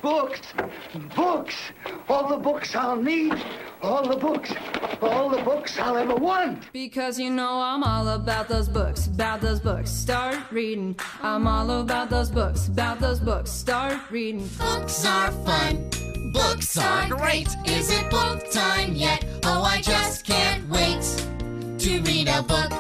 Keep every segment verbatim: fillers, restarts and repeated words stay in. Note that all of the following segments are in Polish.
Books, books, all the books I'll need, all the books, all the books I'll ever want. Because you know I'm all about those books, about those books, start reading. I'm all about those books, about those books, start reading. Books are fun, books are great. Is it book time yet? Oh, I just can't wait to read a book.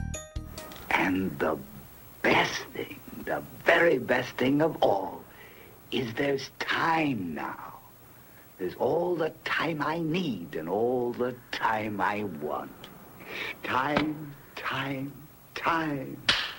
And the best thing, the very best thing of all, is there's time now. There's all the time I need and all the time I want. Time, time, time.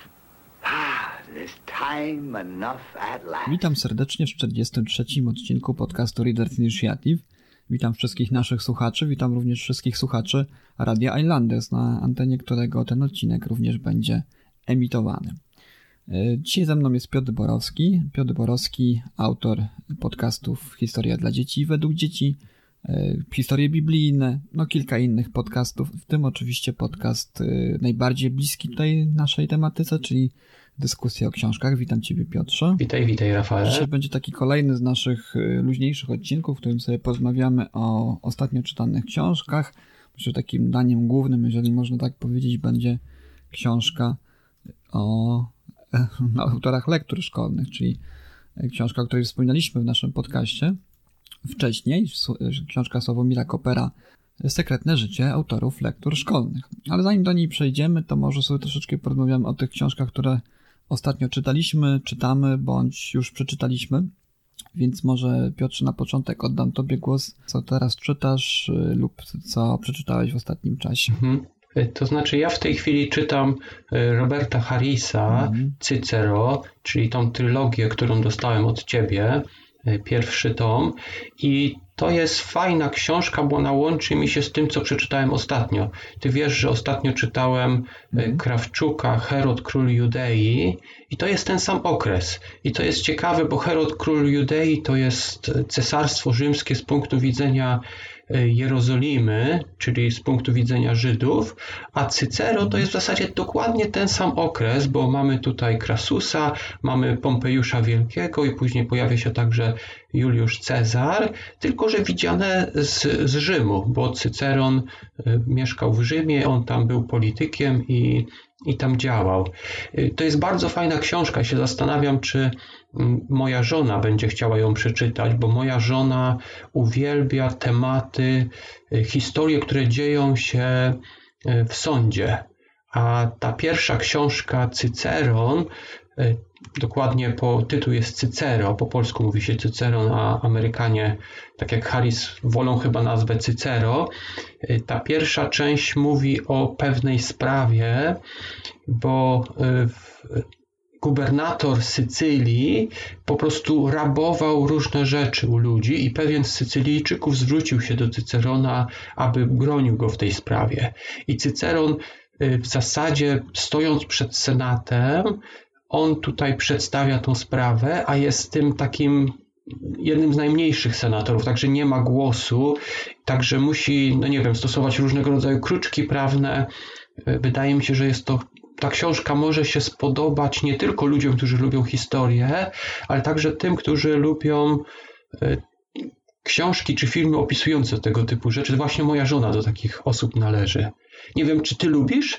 Ah, there's time enough at last. Witam serdecznie w czterdziestym trzecim odcinku podcastu Readers Initiative. Witam wszystkich naszych słuchaczy, witam również wszystkich słuchaczy Radia Islanders, na antenie którego ten odcinek również będzie emitowany. Dzisiaj ze mną jest Piotr Borowski. Piotr Borowski, autor podcastów Historia dla dzieci, według dzieci, historie biblijne, no kilka innych podcastów, w tym oczywiście podcast najbardziej bliski tutaj naszej tematyce, czyli dyskusja o książkach. Witam Ciebie, Piotrze. Witaj, witaj, Rafale. Dzisiaj będzie taki kolejny z naszych luźniejszych odcinków, w którym sobie porozmawiamy o ostatnio czytanych książkach. Myślę, że takim daniem głównym, jeżeli można tak powiedzieć, będzie książka o na autorach lektur szkolnych, czyli książka, o której wspominaliśmy w naszym podcaście wcześniej, książka Sławomira Kopera Sekretne życie autorów lektur szkolnych. Ale zanim do niej przejdziemy, to może sobie troszeczkę porozmawiamy o tych książkach, które ostatnio czytaliśmy, czytamy, bądź już przeczytaliśmy. Więc może, Piotrze, na początek oddam Tobie głos, co teraz czytasz lub co przeczytałeś w ostatnim czasie. Mhm. To znaczy ja w tej chwili czytam Roberta Harrisa, mm. Cycero, czyli tą trylogię, którą dostałem od Ciebie, pierwszy tom, i to jest fajna książka, bo ona łączy mi się z tym, co przeczytałem ostatnio. Ty wiesz, że ostatnio czytałem mm. Krawczuka, Herod, król Judei, i to jest ten sam okres. I to jest ciekawe, bo Herod, król Judei to jest cesarstwo rzymskie z punktu widzenia Jerozolimy, czyli z punktu widzenia Żydów, a Cycero to jest w zasadzie dokładnie ten sam okres, bo mamy tutaj Krasusa, mamy Pompejusza Wielkiego i później pojawia się także Juliusz Cezar, tylko że widziane z, z Rzymu, bo Cyceron mieszkał w Rzymie, on tam był politykiem i, i tam działał. To jest bardzo fajna książka, się zastanawiam, czy moja żona będzie chciała ją przeczytać, bo moja żona uwielbia tematy, historie, które dzieją się w sądzie. A ta pierwsza książka Cyceron, dokładnie po tytuł jest Cycero, po polsku mówi się Cyceron, a Amerykanie, tak jak Harris, wolą chyba nazwę Cycero. Ta pierwsza część mówi o pewnej sprawie, bo w gubernator Sycylii po prostu rabował różne rzeczy u ludzi i pewien z Sycylijczyków zwrócił się do Cycerona, aby bronił go w tej sprawie. I Cyceron w zasadzie, stojąc przed Senatem, on tutaj przedstawia tą sprawę, a jest tym takim jednym z najmniejszych senatorów, także nie ma głosu, także musi, no nie wiem, stosować różnego rodzaju kruczki prawne. Wydaje mi się, że jest to Ta książka może się spodobać nie tylko ludziom, którzy lubią historię, ale także tym, którzy lubią książki czy filmy opisujące tego typu rzeczy. Właśnie moja żona do takich osób należy. Nie wiem, czy ty lubisz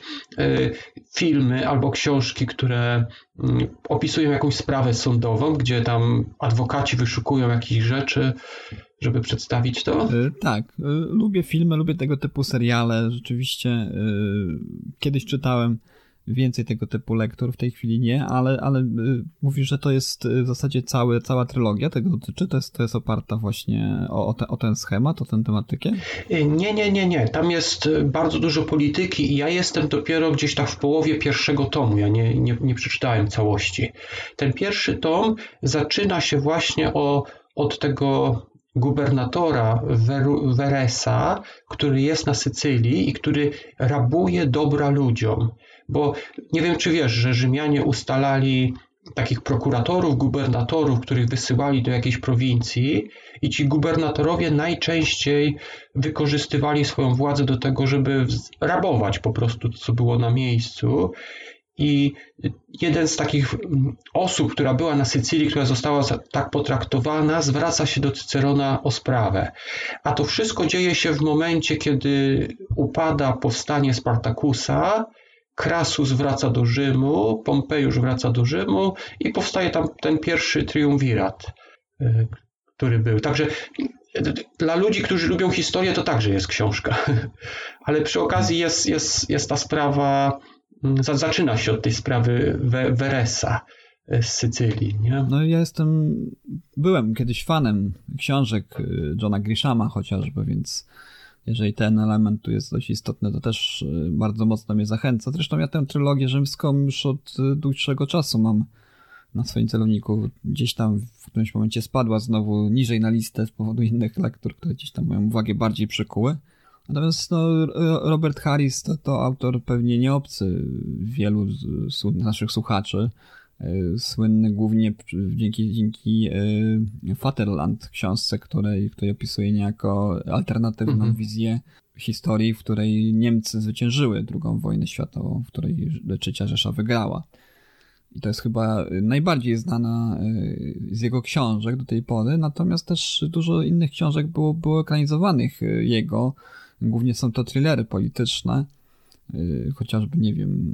filmy albo książki, które opisują jakąś sprawę sądową, gdzie tam adwokaci wyszukują jakichś rzeczy, żeby przedstawić to? Tak, lubię filmy, lubię tego typu seriale. Rzeczywiście kiedyś czytałem więcej tego typu lektur, w tej chwili nie, ale, ale y, mówisz, że to jest w zasadzie cały, cała trylogia tego dotyczy? To jest, to jest oparta właśnie o, o, te, o ten schemat, o tę tematykę? Nie, nie, nie, nie. Tam jest bardzo dużo polityki i ja jestem dopiero gdzieś tak w połowie pierwszego tomu. Ja nie, nie, nie przeczytałem całości. Ten pierwszy tom zaczyna się właśnie o, od tego gubernatora Veresa, który jest na Sycylii i który rabuje dobra ludziom. Bo nie wiem, czy wiesz, że Rzymianie ustalali takich prokuratorów, gubernatorów, których wysyłali do jakiejś prowincji i ci gubernatorowie najczęściej wykorzystywali swoją władzę do tego, żeby rabować po prostu to, co było na miejscu. i jeden z takich osób, która była na Sycylii, która została tak potraktowana, zwraca się do Cycerona o sprawę. A to wszystko dzieje się w momencie, kiedy upada powstanie Spartakusa, Krasus wraca do Rzymu, Pompejusz wraca do Rzymu i powstaje tam ten pierwszy triumvirat, który był. Także dla ludzi, którzy lubią historię, to także jest książka. Ale przy okazji jest, jest, jest ta sprawa, zaczyna się od tej sprawy Veresa z Sycylii. Nie? No ja jestem, byłem kiedyś fanem książek Johna Grishama chociażby, więc jeżeli ten element tu jest dość istotny, to też bardzo mocno mnie zachęca. Zresztą ja tę trylogię rzymską już od dłuższego czasu mam na swoim celowniku. Gdzieś tam w którymś momencie spadła znowu niżej na listę z powodu innych lektur, które gdzieś tam moją uwagę bardziej przykuły. Natomiast no, Robert Harris to, to autor pewnie nie obcy wielu z, z naszych słuchaczy. Słynny głównie dzięki, dzięki Vaterland, książce, której, której opisuje niejako alternatywną mhm. wizję historii, w której Niemcy zwyciężyły drugą wojnę światową, w której trzecia Rzesza wygrała. I to jest chyba najbardziej znana z jego książek do tej pory, natomiast też dużo innych książek było, było ekranizowanych jego. Głównie są to thrillery polityczne, chociażby, nie wiem,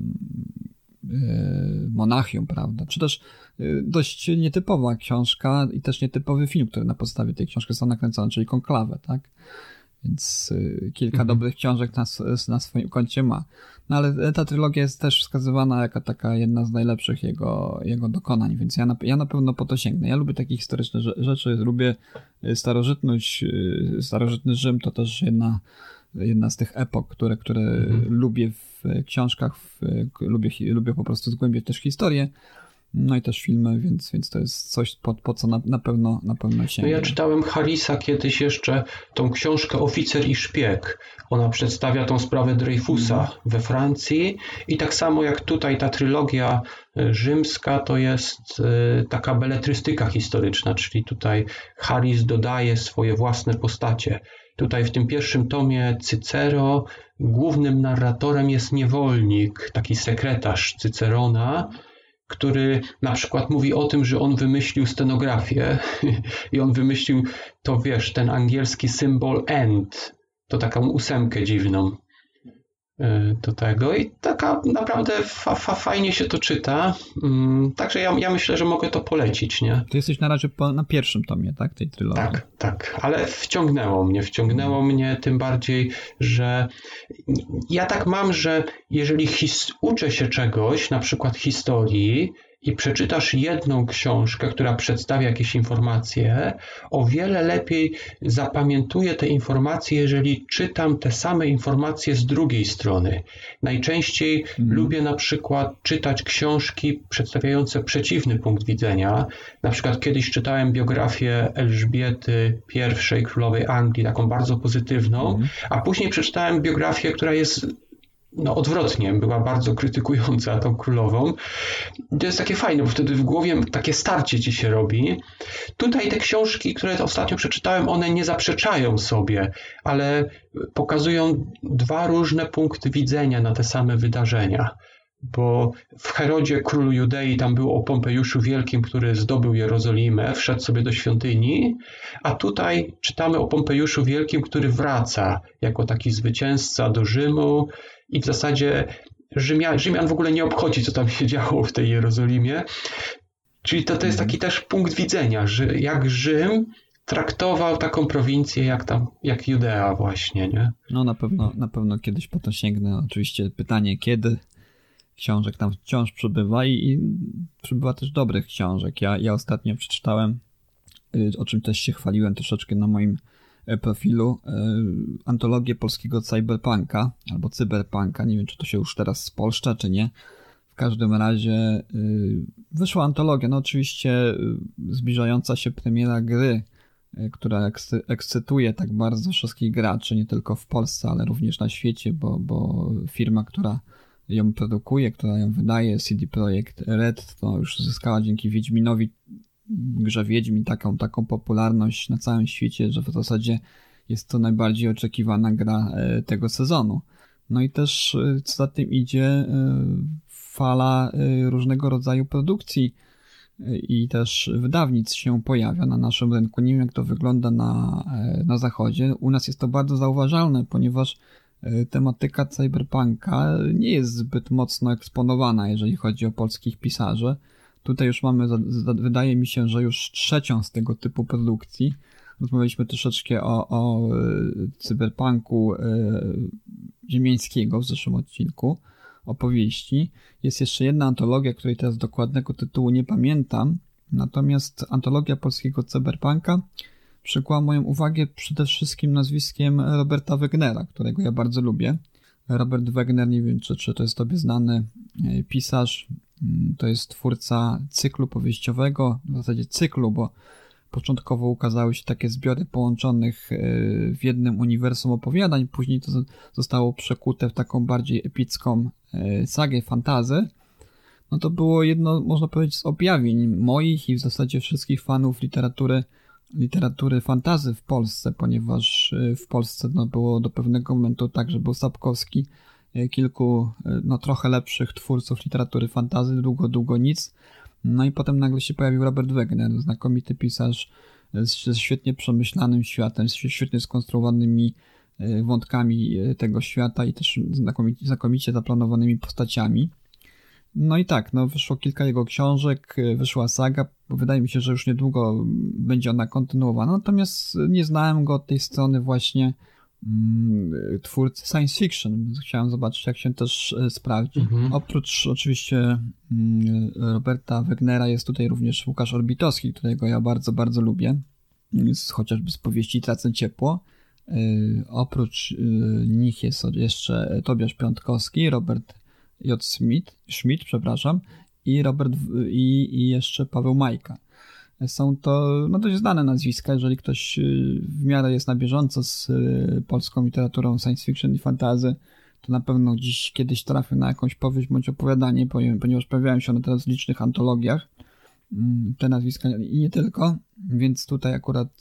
Monachium, prawda? Czy też dość nietypowa książka i też nietypowy film, który na podstawie tej książki został nakręcony, czyli Konklawę, tak? Więc kilka mhm. dobrych książek na, na swoim koncie ma. No ale ta trylogia jest też wskazywana jako taka jedna z najlepszych jego, jego dokonań, więc ja na, ja na pewno po to sięgnę. Ja lubię takie historyczne rzeczy, lubię starożytność, starożytny Rzym to też jedna, jedna z tych epok, które, które mhm. lubię w książkach, w, lubię, lubię po prostu zgłębiać też historię. No i też filmy, więc, więc to jest coś, po, po co na, na pewno na pewno sięgnę. No ja czytałem Harrisa kiedyś jeszcze tą książkę Oficer i szpieg. Ona przedstawia tą sprawę Dreyfusa mm. we Francji i tak samo jak tutaj ta trylogia rzymska to jest taka beletrystyka historyczna, czyli tutaj Harris dodaje swoje własne postacie. Tutaj w tym pierwszym tomie Cycero głównym narratorem jest niewolnik, taki sekretarz Cycerona, który na przykład mówi o tym, że on wymyślił stenografię i on wymyślił to, wiesz, ten angielski symbol end, to taką ósemkę dziwną do tego i taka naprawdę fa, fa, fajnie się to czyta, także ja, ja myślę, że mogę to polecić, nie? Ty jesteś na razie po, na pierwszym tomie, tak, tej trylogii? Tak, tak, ale wciągnęło mnie, wciągnęło hmm. mnie tym bardziej, że ja tak mam, że jeżeli his, uczę się czegoś, na przykład historii, i przeczytasz jedną książkę, która przedstawia jakieś informacje, o wiele lepiej zapamiętuję te informacje, jeżeli czytam te same informacje z drugiej strony. Najczęściej mm. lubię na przykład czytać książki przedstawiające przeciwny punkt widzenia. Na przykład kiedyś czytałem biografię Elżbiety I, królowej Anglii, taką bardzo pozytywną, mm. a później przeczytałem biografię, która jest no odwrotnie, była bardzo krytykująca tą królową. To jest takie fajne, bo wtedy w głowie takie starcie ci się robi. Tutaj te książki, które ostatnio przeczytałem, one nie zaprzeczają sobie, ale pokazują dwa różne punkty widzenia na te same wydarzenia. Bo w Herodzie, królu Judei, tam było o Pompejuszu Wielkim, który zdobył Jerozolimę, wszedł sobie do świątyni, a tutaj czytamy o Pompejuszu Wielkim, który wraca jako taki zwycięzca do Rzymu i w zasadzie Rzymian, Rzymian w ogóle nie obchodzi, co tam się działo w tej Jerozolimie. Czyli to, to jest taki też punkt widzenia, że jak Rzym traktował taką prowincję jak tam, jak Judea właśnie, nie? No na pewno, na pewno kiedyś po to sięgnę. Oczywiście pytanie, kiedy? Książek tam wciąż przybywa i, i przybywa też dobrych książek. Ja, ja ostatnio przeczytałem, o czym też się chwaliłem troszeczkę na moim profilu, antologię polskiego cyberpunka albo cyberpunka. Nie wiem, czy to się już teraz spolszcza, czy nie. W każdym razie wyszła antologia, no oczywiście zbliżająca się premiera gry, która ekscytuje tak bardzo wszystkich graczy, nie tylko w Polsce, ale również na świecie, bo, bo firma, która ją produkuje, która ją wydaje, C D Projekt Red, to już zyskała dzięki Wiedźminowi, grze Wiedźmin, taką, taką popularność na całym świecie, że w zasadzie jest to najbardziej oczekiwana gra tego sezonu. No i też, co za tym idzie, fala różnego rodzaju produkcji i też wydawnictw się pojawia na naszym rynku. Nie wiem, jak to wygląda na, na zachodzie. U nas jest to bardzo zauważalne, ponieważ tematyka cyberpunka nie jest zbyt mocno eksponowana, jeżeli chodzi o polskich pisarzy. Tutaj już mamy, wydaje mi się, że już trzecią z tego typu produkcji. Rozmawialiśmy troszeczkę o, o cyberpunku Ziemiańskiego w zeszłym odcinku, opowieści. Jest jeszcze jedna antologia, której teraz dokładnego tytułu nie pamiętam, natomiast antologia polskiego cyberpunka przykuła moją uwagę przede wszystkim nazwiskiem Roberta Wegnera, którego ja bardzo lubię. Robert Wegner, nie wiem, czy, czy to jest tobie znany pisarz, to jest twórca cyklu powieściowego, w zasadzie cyklu, bo początkowo ukazały się takie zbiory połączonych w jednym uniwersum opowiadań, później to zostało przekute w taką bardziej epicką sagę fantasy. No to było jedno, można powiedzieć, z objawień moich i w zasadzie wszystkich fanów literatury literatury fantasy w Polsce, ponieważ w Polsce no, było do pewnego momentu tak, że był Sapkowski, kilku no trochę lepszych twórców literatury fantasy, długo, długo nic. No i potem nagle się pojawił Robert Wegner, znakomity pisarz ze świetnie przemyślanym światem, z świetnie skonstruowanymi wątkami tego świata i też znakomicie, znakomicie zaplanowanymi postaciami. No i tak, no wyszło kilka jego książek, wyszła saga, wydaje mi się, że już niedługo będzie ona kontynuowana, natomiast nie znałem go od tej strony właśnie mm, twórcy science fiction. Chciałem zobaczyć, jak się też sprawdzi. Mhm. Oprócz oczywiście mm, Roberta Wegnera jest tutaj również Łukasz Orbitowski, którego ja bardzo, bardzo lubię, z, chociażby z powieści Tracę ciepło. Yy, oprócz yy, nich jest jeszcze Tobiasz Piątkowski, Robert J. Schmidt, Schmidt, przepraszam, i Robert i, i jeszcze Paweł Majka. Są to no dość znane nazwiska, jeżeli ktoś w miarę jest na bieżąco z polską literaturą science fiction i fantasy, to na pewno dziś kiedyś trafię na jakąś powieść bądź opowiadanie, ponieważ pojawiają się one teraz w licznych antologiach, te nazwiska i nie tylko, więc tutaj akurat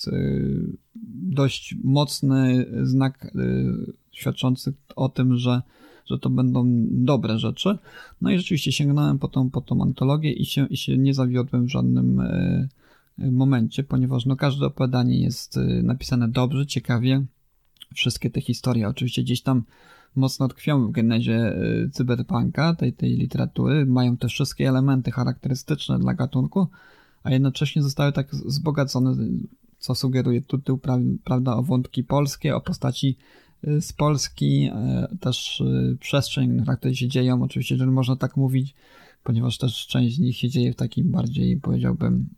dość mocny znak świadczący o tym, że że to będą dobre rzeczy. No i rzeczywiście sięgnąłem po tą, po tą antologię i się, i się nie zawiodłem w żadnym e, momencie, ponieważ no, każde opowiadanie jest napisane dobrze, ciekawie. Wszystkie te historie oczywiście gdzieś tam mocno tkwią w genezie e, cyberpunka, tej, tej literatury. Mają te wszystkie elementy charakterystyczne dla gatunku, a jednocześnie zostały tak wzbogacone, co sugeruje tytuł, prawda, o wątki polskie, o postaci z Polski, też przestrzeń, na której się dzieją, oczywiście, jeżeli można tak mówić, ponieważ też część z nich się dzieje w takim bardziej, powiedziałbym,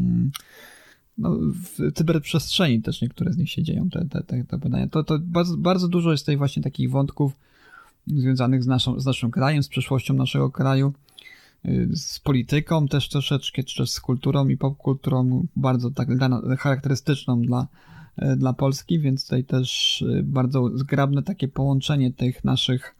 no, w cyberprzestrzeni też niektóre z nich się dzieją, te, te, te, te badania. To, to bardzo, bardzo dużo jest tutaj właśnie takich wątków związanych z, naszą, z naszym krajem, z przyszłością naszego kraju, z polityką też troszeczkę, czy też z kulturą i popkulturą, bardzo tak charakterystyczną dla dla Polski, więc tutaj też bardzo zgrabne takie połączenie tych naszych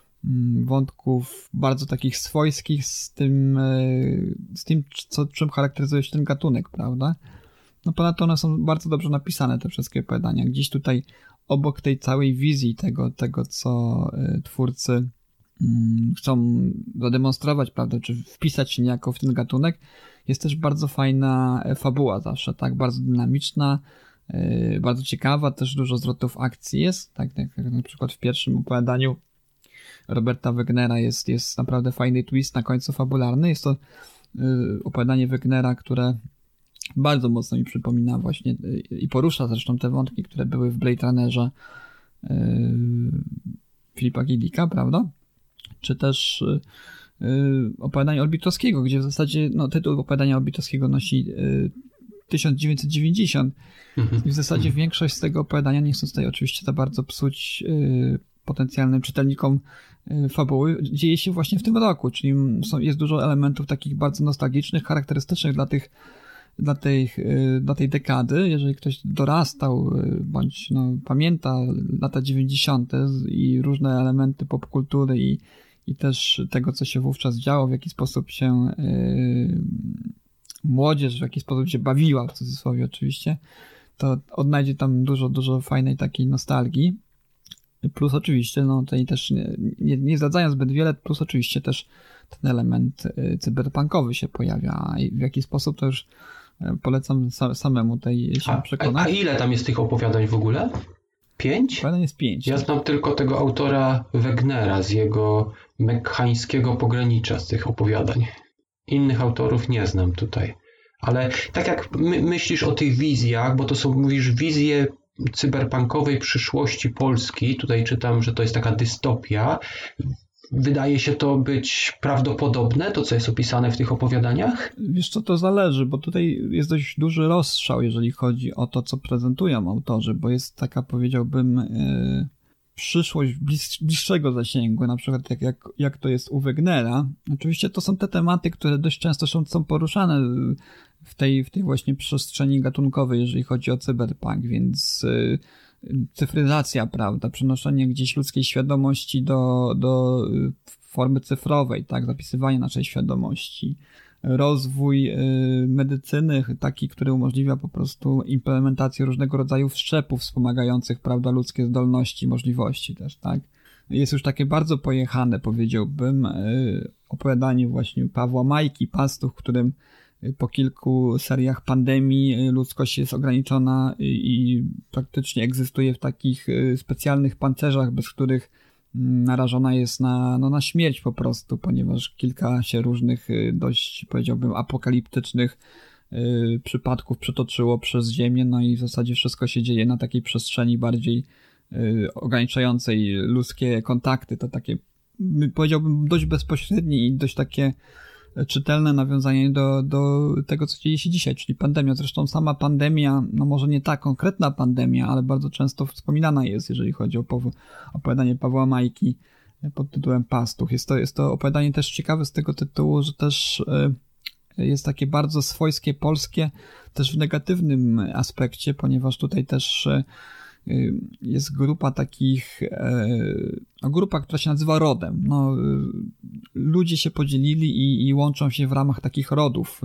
wątków, bardzo takich swojskich z tym, z tym co, czym charakteryzuje się ten gatunek, prawda? No ponadto one są bardzo dobrze napisane, te wszystkie opowiadania. Gdzieś tutaj obok tej całej wizji tego, tego co twórcy chcą zademonstrować, prawda, czy wpisać się niejako w ten gatunek, jest też bardzo fajna fabuła zawsze, tak, bardzo dynamiczna, Yy, bardzo ciekawa, też dużo zwrotów akcji jest, tak jak na przykład w pierwszym opowiadaniu Roberta Wegnera jest, jest naprawdę fajny twist na końcu fabularny. Jest to yy, opowiadanie Wegnera, które bardzo mocno mi przypomina właśnie yy, i porusza zresztą te wątki, które były w Blade Runnerze yy, Filipa K. Dicka, prawda? Czy też yy, opowiadanie Orbitowskiego, gdzie w zasadzie no, tytuł opowiadania Orbitowskiego nosi yy, tysiąc dziewięćset dziewięćdziesiąt i w zasadzie większość z tego opowiadania, nie chcę tutaj oczywiście za bardzo psuć yy, potencjalnym czytelnikom yy, fabuły, dzieje się właśnie w tym roku, czyli są, jest dużo elementów takich bardzo nostalgicznych, charakterystycznych dla tych dla tej, yy, dla tej dekady. Jeżeli ktoś dorastał yy, bądź no, pamięta lata dziewięćdziesiąte i różne elementy popkultury i, i też tego, co się wówczas działo, w jaki sposób się yy, młodzież w jaki sposób się bawiła, w cudzysłowie oczywiście, to odnajdzie tam dużo, dużo fajnej takiej nostalgii. Plus oczywiście, no tutaj też nie, nie, nie zdradzając zbyt wiele, plus oczywiście też ten element cyberpunkowy się pojawia. I w jaki sposób, to już polecam samemu tutaj się a, przekonać. A ile tam jest tych opowiadań w ogóle? Pięć? Opowiadań jest pięć. Ja znam tylko tego autora Wegnera z jego Mekhańskiego Pogranicza, z tych opowiadań. Innych autorów nie znam tutaj. Ale tak jak my, myślisz o tych wizjach, bo to są, mówisz, wizje cyberpunkowej przyszłości Polski, tutaj czytam, że to jest taka dystopia. Wydaje się to być prawdopodobne, to co jest opisane w tych opowiadaniach? Wiesz co, to zależy, bo tutaj jest dość duży rozstrzał, jeżeli chodzi o to, co prezentują autorzy, bo jest taka, powiedziałbym, yy, przyszłość bliż, bliższego zasięgu, na przykład jak, jak, jak to jest u Wegnera. Oczywiście to są te tematy, które dość często są, są poruszane w tej, w tej właśnie przestrzeni gatunkowej, jeżeli chodzi o cyberpunk, więc yy, cyfryzacja, prawda, przenoszenie gdzieś ludzkiej świadomości do, do formy cyfrowej, tak, zapisywanie naszej świadomości, rozwój y, medycyny taki, który umożliwia po prostu implementację różnego rodzaju wszczepów wspomagających, prawda, ludzkie zdolności, możliwości też, tak. Jest już takie bardzo pojechane, powiedziałbym, y, opowiadanie właśnie Pawła Majki, Pastuch, w którym po kilku seriach pandemii ludzkość jest ograniczona i praktycznie egzystuje w takich specjalnych pancerzach, bez których narażona jest na, no, na śmierć po prostu, ponieważ kilka się różnych dość, powiedziałbym, apokaliptycznych przypadków przetoczyło przez Ziemię, no i w zasadzie wszystko się dzieje na takiej przestrzeni bardziej ograniczającej ludzkie kontakty. To takie, powiedziałbym, dość bezpośrednie i dość takie czytelne nawiązanie do, do tego, co dzieje się dzisiaj, czyli pandemia. Zresztą sama pandemia, no może nie ta konkretna pandemia, ale bardzo często wspominana jest, jeżeli chodzi o opowiadanie Pawła Majki pod tytułem Pastuch. Jest to, jest to opowiadanie też ciekawe z tego tytułu, że też jest takie bardzo swojskie, polskie, też w negatywnym aspekcie, ponieważ tutaj też jest grupa takich, no grupa, która się nazywa rodem. No, ludzie się podzielili i, i łączą się w ramach takich rodów.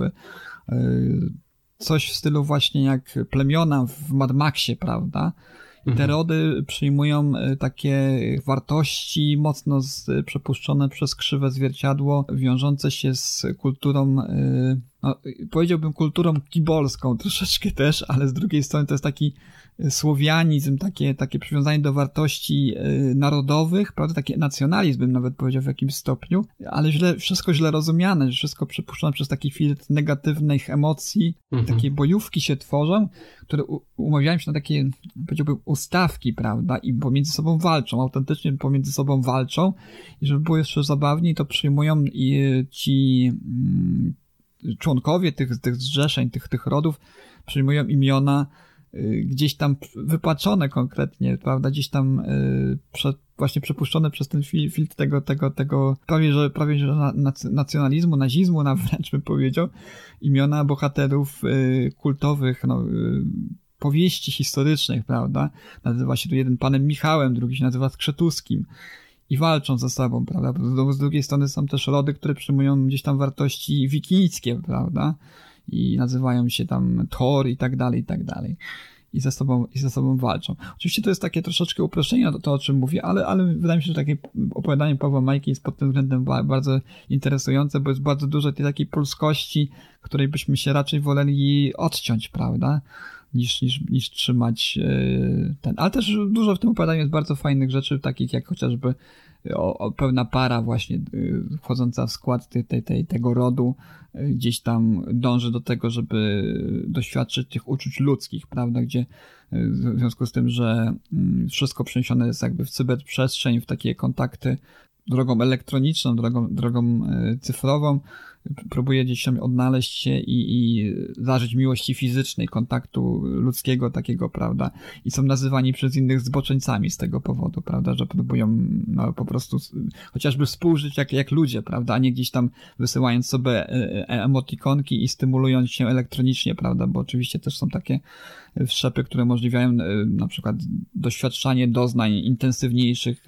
Coś w stylu właśnie jak plemiona w Mad Maxie, prawda? I te rody przyjmują takie wartości mocno z, przepuszczone przez krzywe zwierciadło, wiążące się z kulturą, no, powiedziałbym kulturą kibolską troszeczkę też, ale z drugiej strony to jest taki słowianizm, takie, takie przywiązanie do wartości narodowych, prawda, taki nacjonalizm bym nawet powiedział w jakimś stopniu, ale źle, wszystko źle rozumiane, wszystko przepuszczone przez taki filtr negatywnych emocji, mhm. takie bojówki się tworzą, które u- umawiają się na takie, powiedziałbym, ustawki, prawda, i pomiędzy sobą walczą, autentycznie pomiędzy sobą walczą i żeby było jeszcze zabawniej, to przyjmują i ci mm, członkowie tych, tych zrzeszeń, tych, tych rodów, przyjmują imiona gdzieś tam wypaczone konkretnie, prawda, gdzieś tam y, prze, właśnie przepuszczone przez ten fil, filtr tego, tego, tego prawie, że, prawie, że na, nacjonalizmu, nazizmu nawet wręcz bym powiedział, imiona bohaterów y, kultowych, no, y, powieści historycznych, prawda, nazywa się tu jeden panem Michałem, drugi się nazywa Skrzetuskim i walczą ze sobą, prawda, z drugiej strony są też rody, które przyjmują gdzieś tam wartości wikińskie, prawda, i nazywają się tam Thor i tak dalej, i tak dalej. I ze sobą, i ze sobą walczą. Oczywiście to jest takie troszeczkę uproszczenie to, o czym mówię, ale, ale wydaje mi się, że takie opowiadanie Pawła Majki jest pod tym względem bardzo interesujące, bo jest bardzo dużo tej takiej polskości, której byśmy się raczej woleli odciąć, prawda? Niż, niż, niż trzymać yy, ten. Ale też dużo w tym opowiadaniu jest bardzo fajnych rzeczy, takich jak chociażby o, o pewna para właśnie yy, wchodząca w skład tej, tej, tej, tego rodu yy, gdzieś tam dąży do tego, żeby doświadczyć tych uczuć ludzkich, prawda, gdzie yy, w związku z tym, że yy, wszystko przeniesione jest jakby w cyberprzestrzeń, w takie kontakty drogą elektroniczną, drogą, drogą yy, cyfrową, próbuje gdzieś tam odnaleźć się i, i zażyć miłości fizycznej, kontaktu ludzkiego takiego, prawda, i są nazywani przez innych zboczeńcami z tego powodu, prawda, że próbują no, po prostu chociażby współżyć jak, jak ludzie, prawda, a nie gdzieś tam wysyłając sobie emotikonki i stymulując się elektronicznie, prawda, bo oczywiście też są takie wszczepy, które umożliwiają na przykład doświadczanie doznań intensywniejszych,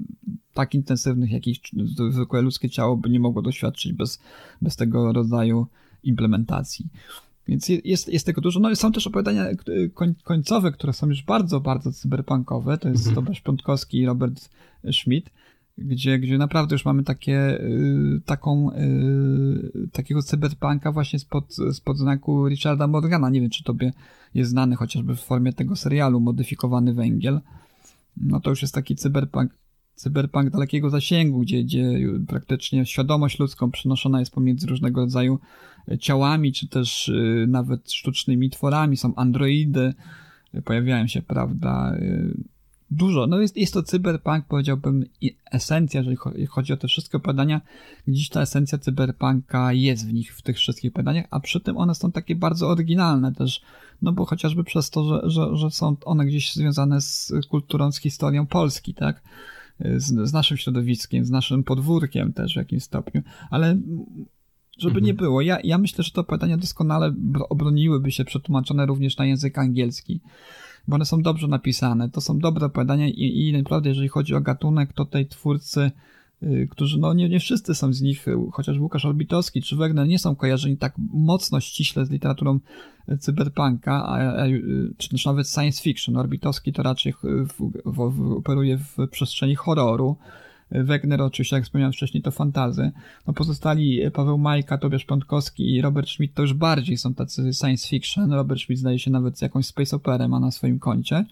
tak intensywnych, jakich zwykłe ludzkie ciało by nie mogło doświadczyć bez, bez tego rodzaju implementacji. Więc jest, jest tego dużo. No i są też opowiadania koń, końcowe, które są już bardzo, bardzo cyberpunkowe. To jest Tomasz Piątkowski i Robert Schmidt. gdzie, gdzie naprawdę już mamy takie, y, taką, y, takiego cyberpunka właśnie spod, spod znaku Richarda Morgana. Nie wiem, czy tobie jest znany chociażby w formie tego serialu Modyfikowany Węgiel. No to już jest taki cyberpunk, cyberpunk dalekiego zasięgu, gdzie, gdzie praktycznie świadomość ludzką przenoszona jest pomiędzy różnego rodzaju ciałami, czy też y, nawet sztucznymi tworami. Są androidy, y, pojawiają się, prawda, y, dużo. No jest, jest to cyberpunk, powiedziałbym, esencja, jeżeli chodzi o te wszystkie opowiadania. Gdzieś ta esencja cyberpunka jest w nich, w tych wszystkich opowiadaniach, a przy tym one są takie bardzo oryginalne też, no bo chociażby przez to, że, że, że są one gdzieś związane z kulturą, z historią Polski, tak? Z, z naszym środowiskiem, z naszym podwórkiem też w jakimś stopniu, ale żeby mhm. nie było, ja, ja myślę, że te opowiadania doskonale obroniłyby się przetłumaczone również na język angielski, bo one są dobrze napisane, to są dobre opowiadania i, i naprawdę jeżeli chodzi o gatunek, to tej twórcy, y, którzy, no nie, nie wszyscy są z nich, chociaż Łukasz Orbitowski czy Wegner nie są kojarzeni tak mocno ściśle z literaturą cyberpunka, a, a, czy też nawet science fiction. Orbitowski to raczej w, w, w, operuje w przestrzeni horroru. Wegner oczywiście, jak wspomniałem wcześniej, to fantazy. No pozostali Paweł Majka, Tobiasz Piątkowski i Robert Schmidt to już bardziej są tacy science fiction. Robert Schmidt zdaje się nawet jakąś space operę ma na swoim koncie.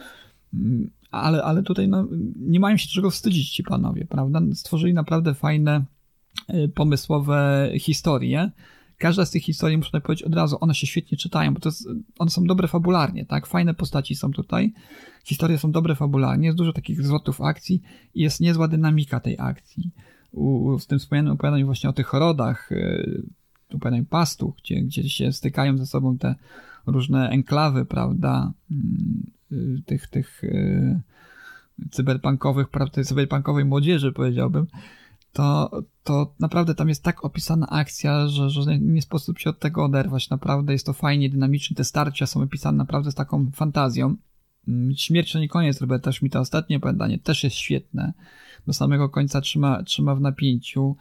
Ale, ale tutaj no, nie mają się czego wstydzić ci panowie, prawda? Stworzyli naprawdę fajne, pomysłowe historie. Każda z tych historii, muszę tutaj powiedzieć od razu, one się świetnie czytają, bo to jest, one są dobre fabularnie, tak? Fajne postaci są tutaj, historie są dobre fabularnie, jest dużo takich zwrotów akcji i jest niezła dynamika tej akcji. U, w tym wspomnianym opowiadaniu właśnie o tych rodach, yy, opowiadaniu Pastuch, gdzie, gdzie się stykają ze sobą te różne enklawy, prawda, yy, tych, tych yy, cyberpunkowych, prawda, cyberpunkowej młodzieży, powiedziałbym, to, to naprawdę tam jest tak opisana akcja, że, że nie sposób się od tego oderwać. Naprawdę jest to fajnie, dynamicznie. Te starcia są opisane naprawdę z taką fantazją. Śmierć to nie koniec Roberta Schmidta. Ostatnie opowiadanie też jest świetne. Do samego końca trzyma, trzyma w napięciu.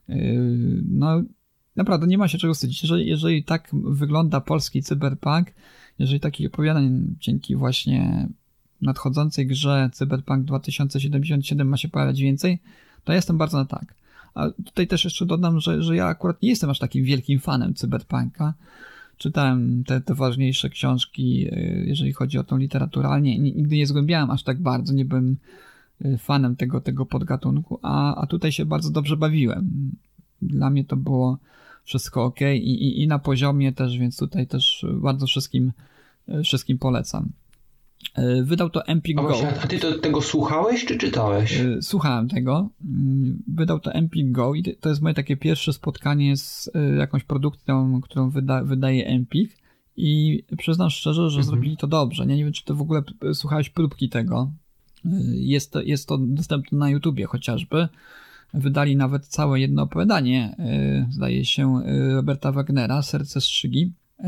No, naprawdę nie ma się czego wstydzić. Jeżeli, jeżeli tak wygląda polski cyberpunk, jeżeli takich opowiadań dzięki właśnie nadchodzącej grze Cyberpunk dwa tysiące siedemdziesiąt siedem ma się pojawiać więcej, to ja jestem bardzo na tak. A tutaj też jeszcze dodam, że, że ja akurat nie jestem aż takim wielkim fanem cyberpunka. Czytałem te, te ważniejsze książki, jeżeli chodzi o tą literaturalnie. Nigdy nie zgłębiałem aż tak bardzo, nie byłem fanem tego, tego podgatunku, a, a tutaj się bardzo dobrze bawiłem. Dla mnie to było wszystko ok i, i, i na poziomie też, więc tutaj też bardzo wszystkim, wszystkim polecam. Wydał to Empik Go. A ty to, tego słuchałeś czy czytałeś? Słuchałem tego. Wydał to Empik Go i to jest moje takie pierwsze spotkanie z jakąś produkcją, którą wyda, wydaje Empik i przyznam szczerze, że mhm. zrobili to dobrze. Nie, nie wiem, czy ty w ogóle słuchałeś próbki tego. Jest to, jest to dostępne na YouTubie chociażby. Wydali nawet całe jedno opowiadanie, zdaje się, Roberta Wagnera, Serce Strzygi.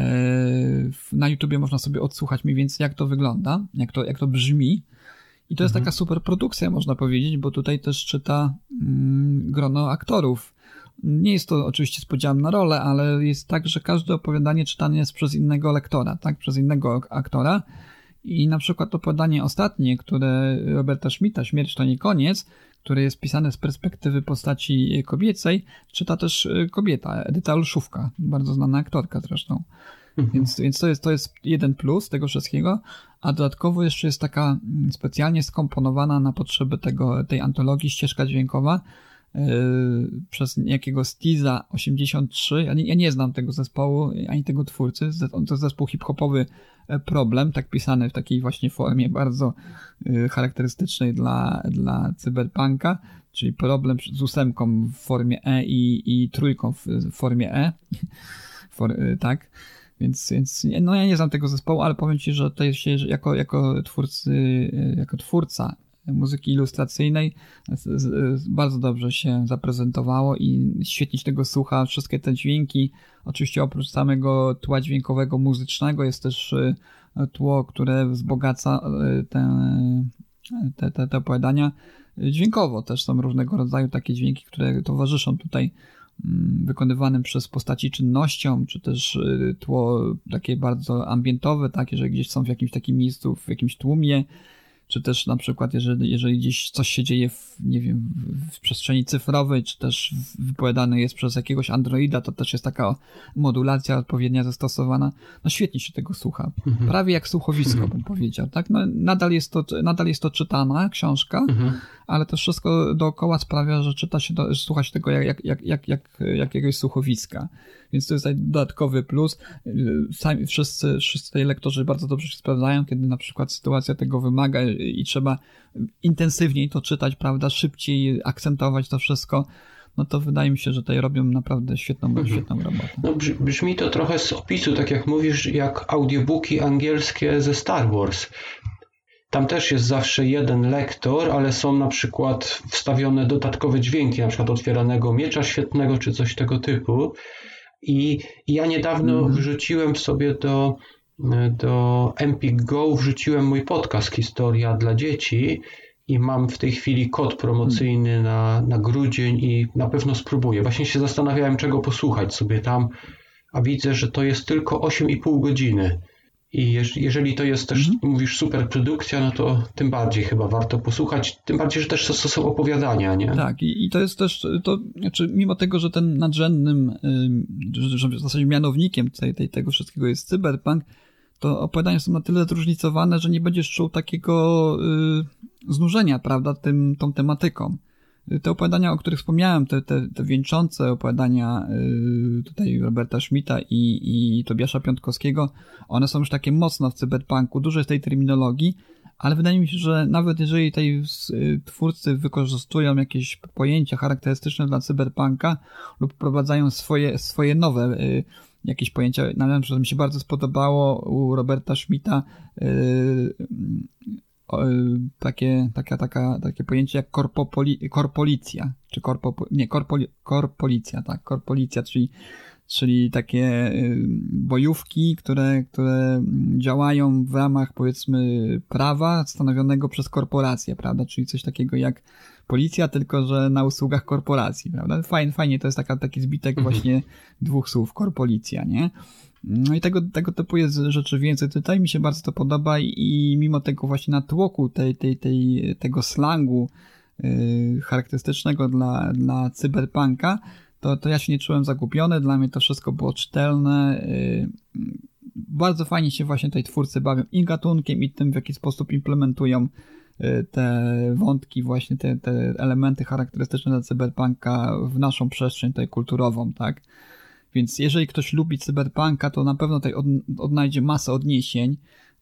Na YouTubie można sobie odsłuchać mniej więcej, jak to wygląda, jak to, jak to brzmi. I to jest mhm. taka super produkcja, można powiedzieć, bo tutaj też czyta mm, grono aktorów. Nie jest to oczywiście z podziałem na rolę, ale jest tak, że każde opowiadanie czytane jest przez innego lektora, tak, przez innego aktora. I na przykład opowiadanie ostatnie, które Roberta Schmidta, Śmierć to nie koniec, które jest pisane z perspektywy postaci kobiecej, czyta też kobieta, Edyta Olszówka, bardzo znana aktorka zresztą. Mhm. Więc, więc to jest, to jest jeden plus tego wszystkiego, a dodatkowo jeszcze jest taka specjalnie skomponowana na potrzeby tego, tej antologii ścieżka dźwiękowa yy, przez niejakiego Stiza osiemdziesiąt trzy. Ja nie, ja nie znam tego zespołu, ani tego twórcy. To jest zespół hip-hopowy Problem, tak pisany w takiej właśnie formie bardzo y, charakterystycznej dla, dla cyberpunka, czyli problem z ósemką w formie E i, i trójką w, w formie E. For, y, tak. Więc, więc no ja nie znam tego zespołu, ale powiem ci, że to jest się jako, jako twórcy, y, jako twórca muzyki ilustracyjnej z, z, bardzo dobrze się zaprezentowało i świetnie się tego słucha, wszystkie te dźwięki, oczywiście oprócz samego tła dźwiękowego muzycznego jest też tło, które wzbogaca te, te, te, te opowiadania dźwiękowo, też są różnego rodzaju takie dźwięki, które towarzyszą tutaj wykonywanym przez postaci czynnościom, czy też tło takie bardzo ambientowe, takie, że gdzieś są w jakimś takim miejscu, w jakimś tłumie, czy też na przykład jeżeli, jeżeli gdzieś coś się dzieje w, nie wiem, w przestrzeni cyfrowej, czy też wypowiadane jest przez jakiegoś androida, to też jest taka modulacja odpowiednia zastosowana. No świetnie się tego słucha. Mhm. Prawie jak słuchowisko mhm. bym powiedział, tak? No, nadal jest to, nadal jest to czytana książka, mhm. ale to wszystko dookoła sprawia, że czyta się, do, że słucha się tego jak, jak, jak, jak, jak jakiegoś słuchowiska. Więc to jest dodatkowy plus. Sami, wszyscy, wszyscy tutaj lektorzy bardzo dobrze się sprawdzają, kiedy na przykład sytuacja tego wymaga i trzeba intensywniej to czytać, prawda, szybciej akcentować to wszystko, no to wydaje mi się, że tutaj robią naprawdę świetną, mhm. świetną robotę. No brzmi to trochę z opisu, tak jak mówisz, jak audiobooki angielskie ze Star Wars. Tam też jest zawsze jeden lektor, ale są na przykład wstawione dodatkowe dźwięki, na przykład otwieranego miecza świetnego, czy coś tego typu. I ja niedawno mm. wrzuciłem sobie do, do Empik Go, wrzuciłem mój podcast Historia dla dzieci i mam w tej chwili kod promocyjny mm. na, na grudzień i na pewno spróbuję. Właśnie się zastanawiałem, czego posłuchać sobie tam, a widzę, że to jest tylko osiem i pół godziny. I jeżeli to jest też, mm. mówisz, super produkcja, no to tym bardziej chyba warto posłuchać, tym bardziej, że też to, to są opowiadania, nie? Tak, i, i to jest też, to, znaczy mimo tego, że ten nadrzędnym, że, że w zasadzie mianownikiem tej, tej, tego wszystkiego jest cyberpunk, to opowiadania są na tyle zróżnicowane, że nie będziesz czuł takiego y, znużenia, prawda, tym, tą tematyką. Te opowiadania, o których wspomniałem, te, te, te wieńczące opowiadania yy, tutaj Roberta Schmidta i, i Tobiasza Piątkowskiego, one są już takie mocno w cyberpunku, dużo jest tej terminologii, ale wydaje mi się, że nawet jeżeli tej yy, twórcy wykorzystują jakieś pojęcia charakterystyczne dla cyberpunka lub wprowadzają swoje, swoje nowe yy, jakieś pojęcia, na przykład mi się bardzo spodobało u Roberta Schmidta yy, O, takie, taka, taka, takie pojęcie jak korpopoli, korpolicja, czy korpo, nie, korpoli, korpolicja, tak, korpolicja, czyli, czyli takie bojówki, które, które działają w ramach, powiedzmy, prawa stanowionego przez korporację, prawda, czyli coś takiego jak policja, tylko że na usługach korporacji, prawda, fajnie, fajnie to jest taka, taki zbitek mhm. właśnie dwóch słów, korpolicja, nie? No i tego, tego typu jest rzeczy więcej. Tutaj mi się bardzo to podoba i mimo tego właśnie natłoku tej, tej, tej, tego slangu yy, charakterystycznego dla, dla cyberpunka, to, to ja się nie czułem zagubiony. Dla mnie to wszystko było czytelne. Yy, bardzo fajnie się właśnie tutaj twórcy bawią i gatunkiem, i tym, w jaki sposób implementują yy, te wątki, właśnie te, te elementy charakterystyczne dla cyberpunka w naszą przestrzeń tutaj kulturową, tak? Więc jeżeli ktoś lubi cyberpunka, to na pewno tutaj od, odnajdzie masę odniesień.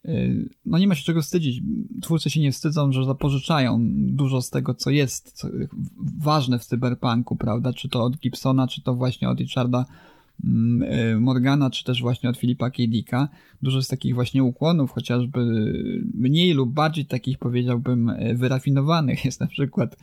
No nie ma się czego wstydzić. Twórcy się nie wstydzą, że zapożyczają dużo z tego, co jest co ważne w cyberpunku, prawda? Czy to od Gibsona, czy to właśnie od Richarda Morgana, czy też właśnie od Philipa K. Dicka. Dużo jest takich właśnie ukłonów, chociażby mniej lub bardziej takich, powiedziałbym, wyrafinowanych. Jest na przykład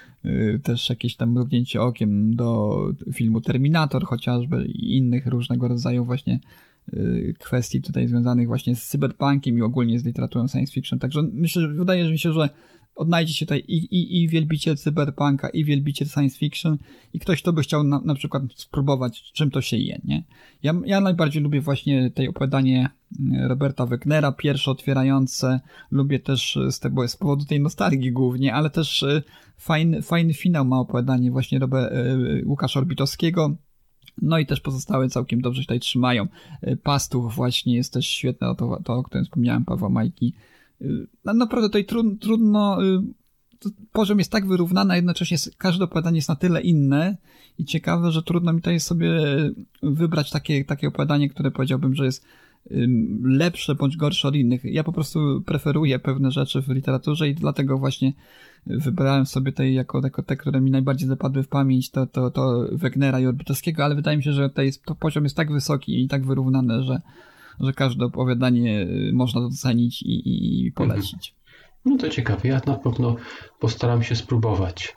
też jakieś tam mrugnięcie okiem do filmu Terminator chociażby i innych różnego rodzaju właśnie kwestii tutaj związanych właśnie z cyberpunkiem i ogólnie z literaturą science fiction. Także myślę, że wydaje mi się, że odnajdzie się tutaj i, i, i wielbiciel cyberpunka, i wielbiciel science fiction i ktoś, kto by chciał na, na przykład spróbować, czym to się je, nie? Ja, ja najbardziej lubię właśnie tej opowiadanie Roberta Wegnera, pierwsze otwierające. Lubię też z, tego, z powodu tej nostalgii głównie, ale też fajny, fajny finał ma opowiadanie właśnie Robert, Łukasza Orbitowskiego. No i też pozostałe całkiem dobrze się tutaj trzymają. Pastuch właśnie jest też świetne, to, to o którym wspomniałem, Pawła Majki. No, naprawdę tutaj trud, trudno, poziom jest tak wyrównany, a jednocześnie każde opowiadanie jest na tyle inne i ciekawe, że trudno mi tutaj sobie wybrać takie, takie opowiadanie, które powiedziałbym, że jest lepsze bądź gorsze od innych. Ja po prostu preferuję pewne rzeczy w literaturze i dlatego właśnie wybrałem sobie tutaj jako, jako te, które mi najbardziej zapadły w pamięć, to, to, to Wegnera i Orbitowskiego, ale wydaje mi się, że tutaj jest, to poziom jest tak wysoki i tak wyrównany, że że każde opowiadanie można docenić i, i polecić. No to ciekawe, ja na pewno postaram się spróbować.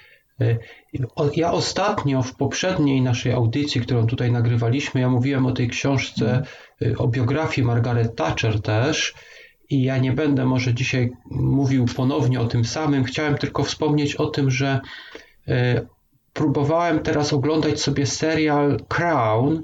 Ja ostatnio w poprzedniej naszej audycji, którą tutaj nagrywaliśmy, ja mówiłem o tej książce, o biografii Margaret Thatcher też i ja nie będę może dzisiaj mówił ponownie o tym samym, chciałem tylko wspomnieć o tym, że próbowałem teraz oglądać sobie serial Crown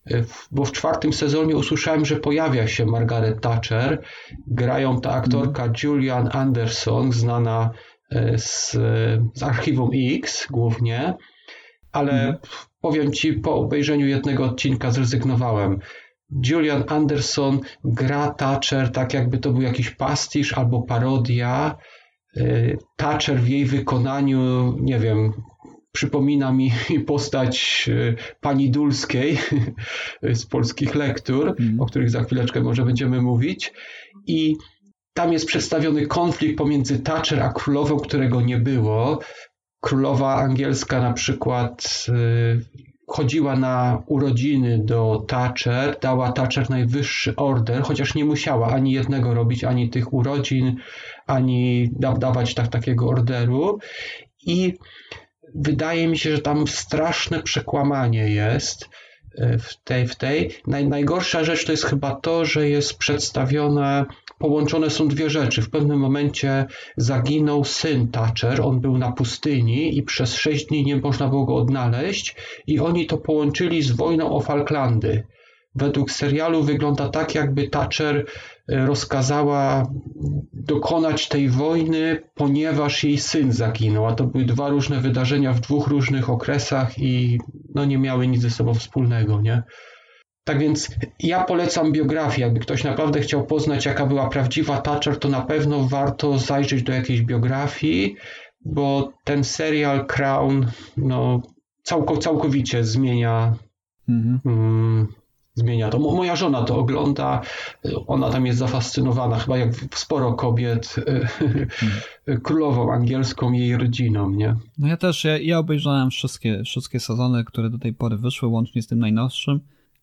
bo w czwartym sezonie usłyszałem, że pojawia się Margaret Thatcher. Grają ta aktorka Gillian Anderson, znana z, z Archiwum X głównie, ale mhm. powiem Ci, po obejrzeniu jednego odcinka zrezygnowałem. Gillian Anderson gra Thatcher tak, jakby to był jakiś pastisz albo parodia. Thatcher w jej wykonaniu, nie wiem, przypomina mi postać pani Dulskiej z polskich lektur, mm. o których za chwileczkę może będziemy mówić. I tam jest przedstawiony konflikt pomiędzy Thatcher a królową, którego nie było. Królowa angielska na przykład chodziła na urodziny do Thatcher, dała Thatcher najwyższy order, chociaż nie musiała ani jednego robić, ani tych urodzin, ani da- dawać tak, takiego orderu. I wydaje mi się, że tam straszne przekłamanie jest w tej. W tej. Naj, najgorsza rzecz to jest chyba to, że jest przedstawione, połączone są dwie rzeczy. W pewnym momencie zaginął syn Thatcher, on był na pustyni i przez sześć dni nie można było go odnaleźć i oni to połączyli z wojną o Falklandy. Według serialu wygląda tak, jakby Thatcher rozkazała dokonać tej wojny, ponieważ jej syn zaginął, a to były dwa różne wydarzenia w dwóch różnych okresach i no nie miały nic ze sobą wspólnego, nie? Tak więc ja polecam biografię. Jakby ktoś naprawdę chciał poznać, jaka była prawdziwa Thatcher, to na pewno warto zajrzeć do jakiejś biografii, bo ten serial Crown no, całko, całkowicie zmienia mhm. mm, zmienia to. Moja żona to ogląda, ona tam jest zafascynowana, chyba jak sporo kobiet, hmm. królową angielską i jej rodziną, nie? No ja też, ja, ja obejrzałem wszystkie, wszystkie sezony, które do tej pory wyszły, łącznie z tym najnowszym.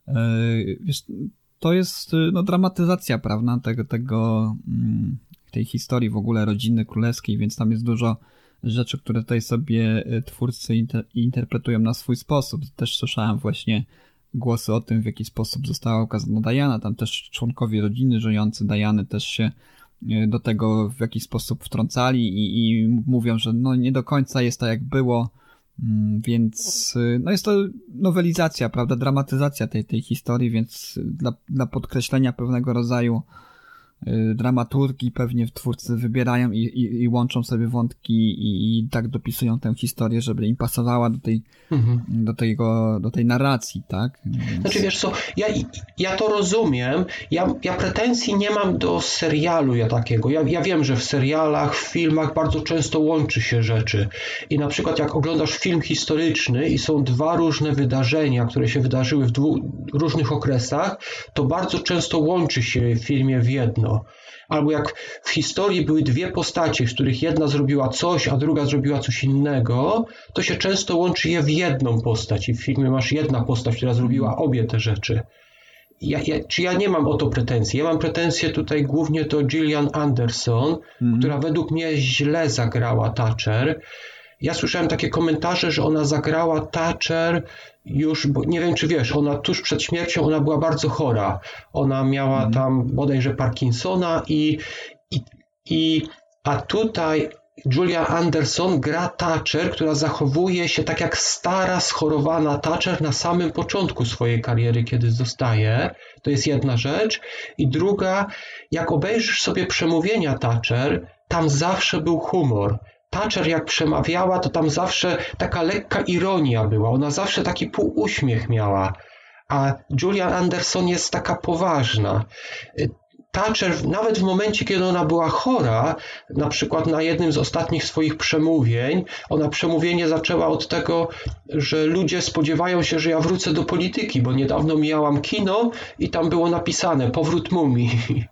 To jest no, dramatyzacja, prawda, tego, tego, tej historii w ogóle rodziny królewskiej, więc tam jest dużo rzeczy, które tutaj sobie twórcy inter- interpretują na swój sposób. Też słyszałem właśnie głosy o tym, w jaki sposób została ukazana Diana. Tam też członkowie rodziny żyjący Diany też się do tego w jakiś sposób wtrącali i, i mówią, że no nie do końca jest tak, jak było, więc no jest to nowelizacja, prawda, dramatyzacja tej, tej historii, więc dla, dla podkreślenia pewnego rodzaju dramaturgii pewnie twórcy wybierają i, i, i łączą sobie wątki i, i tak dopisują tę historię, żeby im pasowała do tej, mhm. do tego, do tej narracji, tak? Więc... Znaczy wiesz co, ja, ja to rozumiem, ja, ja pretensji nie mam do serialu ja takiego, ja, ja wiem, że w serialach, w filmach bardzo często łączy się rzeczy i na przykład jak oglądasz film historyczny i są dwa różne wydarzenia, które się wydarzyły w dwóch różnych okresach, to bardzo często łączy się w filmie w jedno. Albo jak w historii były dwie postacie, z których jedna zrobiła coś, a druga zrobiła coś innego, to się często łączy je w jedną postać i w filmie masz jedna postać, która zrobiła obie te rzeczy. Ja, ja, czy ja nie mam o to pretensji? Ja mam pretensje tutaj głównie do Gillian Anderson, mm. która według mnie źle zagrała Thatcher. Ja słyszałem takie komentarze, że ona zagrała Thatcher już, bo nie wiem czy wiesz, ona tuż przed śmiercią ona była bardzo chora. Ona miała mm. tam bodajże Parkinsona i, i, i a tutaj Julia Anderson gra Thatcher, która zachowuje się tak jak stara, schorowana Thatcher na samym początku swojej kariery, kiedy zostaje. To jest jedna rzecz. I druga, jak obejrzysz sobie przemówienia Thatcher, tam zawsze był humor. Thatcher jak przemawiała, to tam zawsze taka lekka ironia była. Ona zawsze taki półuśmiech miała. A Julia Anderson jest taka poważna. Thatcher nawet w momencie, kiedy ona była chora, na przykład na jednym z ostatnich swoich przemówień, ona przemówienie zaczęła od tego, że ludzie spodziewają się, że ja wrócę do polityki, bo niedawno mijałam kino i tam było napisane powrót mumii.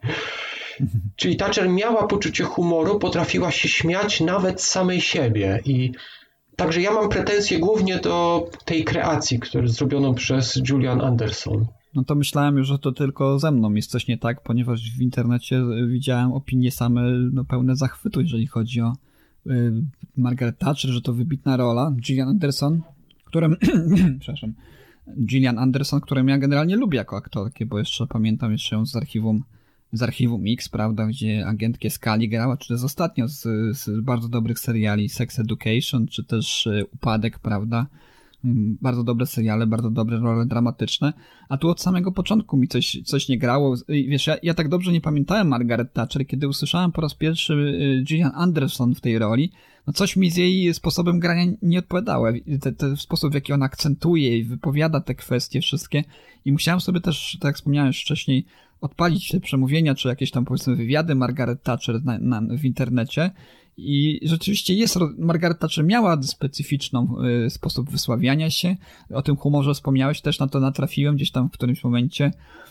Czyli Thatcher miała poczucie humoru, potrafiła się śmiać nawet z samej siebie. I także ja mam pretensje głównie do tej kreacji, którą zrobiono przez Julian Anderson. No to myślałem już, że to tylko ze mną jest coś nie tak, ponieważ w internecie widziałem opinie same no, pełne zachwytu, jeżeli chodzi o y, Margaret Thatcher, że to wybitna rola. Gillian Anderson, którą przepraszam, Gillian Anderson, którą ja generalnie lubię jako aktorkę, bo jeszcze pamiętam jeszcze ją z archiwum z archiwum X, prawda, gdzie agentkę Scully grała, czy też ostatnio z, z bardzo dobrych seriali Sex Education, czy też Upadek, prawda, Bardzo dobre seriale, bardzo dobre role dramatyczne, a tu od samego początku mi coś, coś nie grało. Wiesz, ja, ja tak dobrze nie pamiętałem Margaret Thatcher, kiedy usłyszałem po raz pierwszy Gillian Anderson w tej roli, no coś mi z jej sposobem grania nie odpowiadało. Ten, ten sposób, w jaki ona akcentuje i wypowiada te kwestie wszystkie i musiałem sobie też, tak jak wspomniałem już wcześniej, odpalić te przemówienia, czy jakieś tam powiedzmy wywiady Margaret Thatcher na, na, w internecie. I rzeczywiście jest, Margaret Thatcher miała specyficzną y, sposób wysławiania się. O tym humorze wspomniałeś, też na to natrafiłem gdzieś tam w którymś momencie.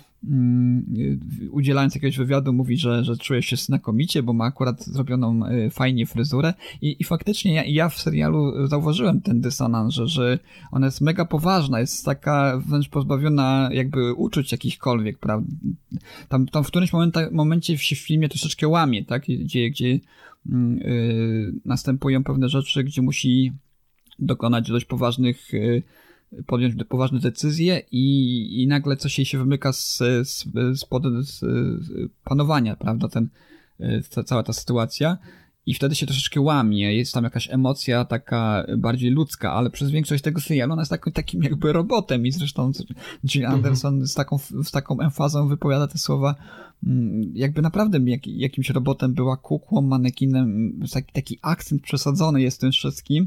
Y, udzielając jakiegoś wywiadu mówi, że, że czuje się znakomicie, bo ma akurat zrobioną y, fajnie fryzurę. I, i faktycznie ja, ja w serialu zauważyłem ten dysonans, że, że ona jest mega poważna, jest taka wręcz pozbawiona jakby uczuć jakichkolwiek, prawda? Tam, tam w którymś momenta, momencie się w filmie troszeczkę łamie, tak? Gdzie, gdzie Yy, następują pewne rzeczy, gdzie musi dokonać dość poważnych, yy, podjąć poważne decyzje i, i nagle coś jej się wymyka z, z, spod z, z panowania, prawda, ten, yy, ta, cała ta sytuacja i wtedy się troszeczkę łamie, jest tam jakaś emocja taka bardziej ludzka, ale przez większość tego serialu ona jest takim, takim jakby robotem i zresztą Jill Anderson z taką, z taką emfazą wypowiada te słowa, jakby naprawdę jak, jakimś robotem była, kukłą, manekinem, taki, taki akcent przesadzony jest tym wszystkim.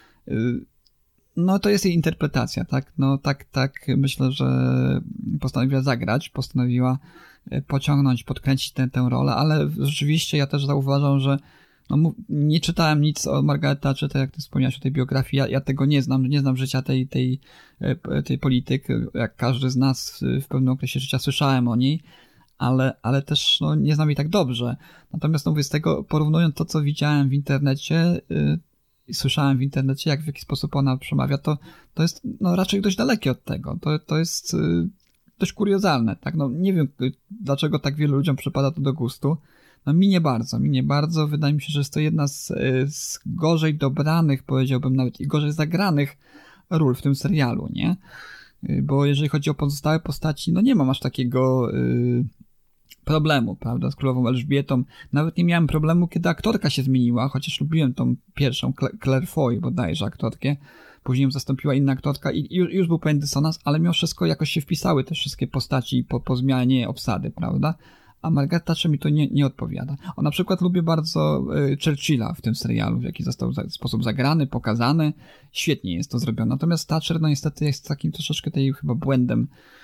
No to jest jej interpretacja, tak? No tak, tak myślę, że postanowiła zagrać, postanowiła pociągnąć, podkręcić tę, tę rolę, ale rzeczywiście ja też zauważam, że no, nie czytałem nic o Margaret Thatcher, tak jak ty wspomniałeś o tej biografii, ja, ja tego nie znam, nie znam życia tej, tej, tej polityk, jak każdy z nas w pewnym okresie życia słyszałem o niej, ale, ale też no, nie znam jej tak dobrze. Natomiast no, z tego, porównując to, co widziałem w internecie i yy, słyszałem w internecie, jak w jaki sposób ona przemawia, to, to jest no, raczej dość dalekie od tego. To, to jest yy, dość kuriozalne, tak? No, nie wiem, dlaczego tak wielu ludziom przypada to do gustu. No mi nie bardzo, mi nie bardzo. Wydaje mi się, że jest to jedna z, z gorzej dobranych, powiedziałbym nawet i gorzej zagranych ról w tym serialu, nie? Bo jeżeli chodzi o pozostałe postaci, no nie mam aż takiego y, problemu, prawda, z królową Elżbietą. Nawet nie miałem problemu, kiedy aktorka się zmieniła, chociaż lubiłem tą pierwszą, Claire Foy bodajże aktorkę. Później ją zastąpiła inna aktorka i już, już był pewien dysonans, ale mimo wszystko jakoś się wpisały te wszystkie postaci po, po zmianie obsady, prawda? A Margaret Thatcher mi to nie, nie odpowiada. O, na przykład lubię bardzo y, Churchilla w tym serialu, w jaki został w sposób zagrany, pokazany. Świetnie jest to zrobione. Natomiast Thatcher, no niestety jest takim troszeczkę tej chyba błędem.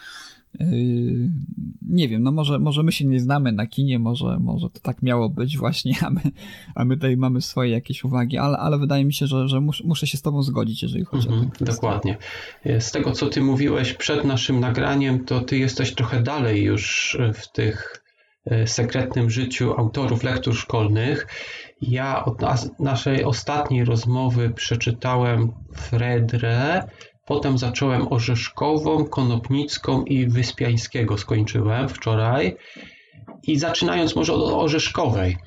Yy, nie wiem, no może, może my się nie znamy na kinie, może, może to tak miało być właśnie, a my, a my tutaj mamy swoje jakieś uwagi, ale, ale wydaje mi się, że, że mus, muszę się z tobą zgodzić, jeżeli chodzi mm-hmm, o to. Dokładnie. Z tego, co ty mówiłeś przed naszym nagraniem, to ty jesteś trochę dalej już w tych sekretnym życiu autorów lektur szkolnych. Ja od nas, naszej ostatniej rozmowy przeczytałem Fredrę, potem zacząłem Orzeszkową, Konopnicką i Wyspiańskiego skończyłem wczoraj. I zaczynając może od Orzeszkowej.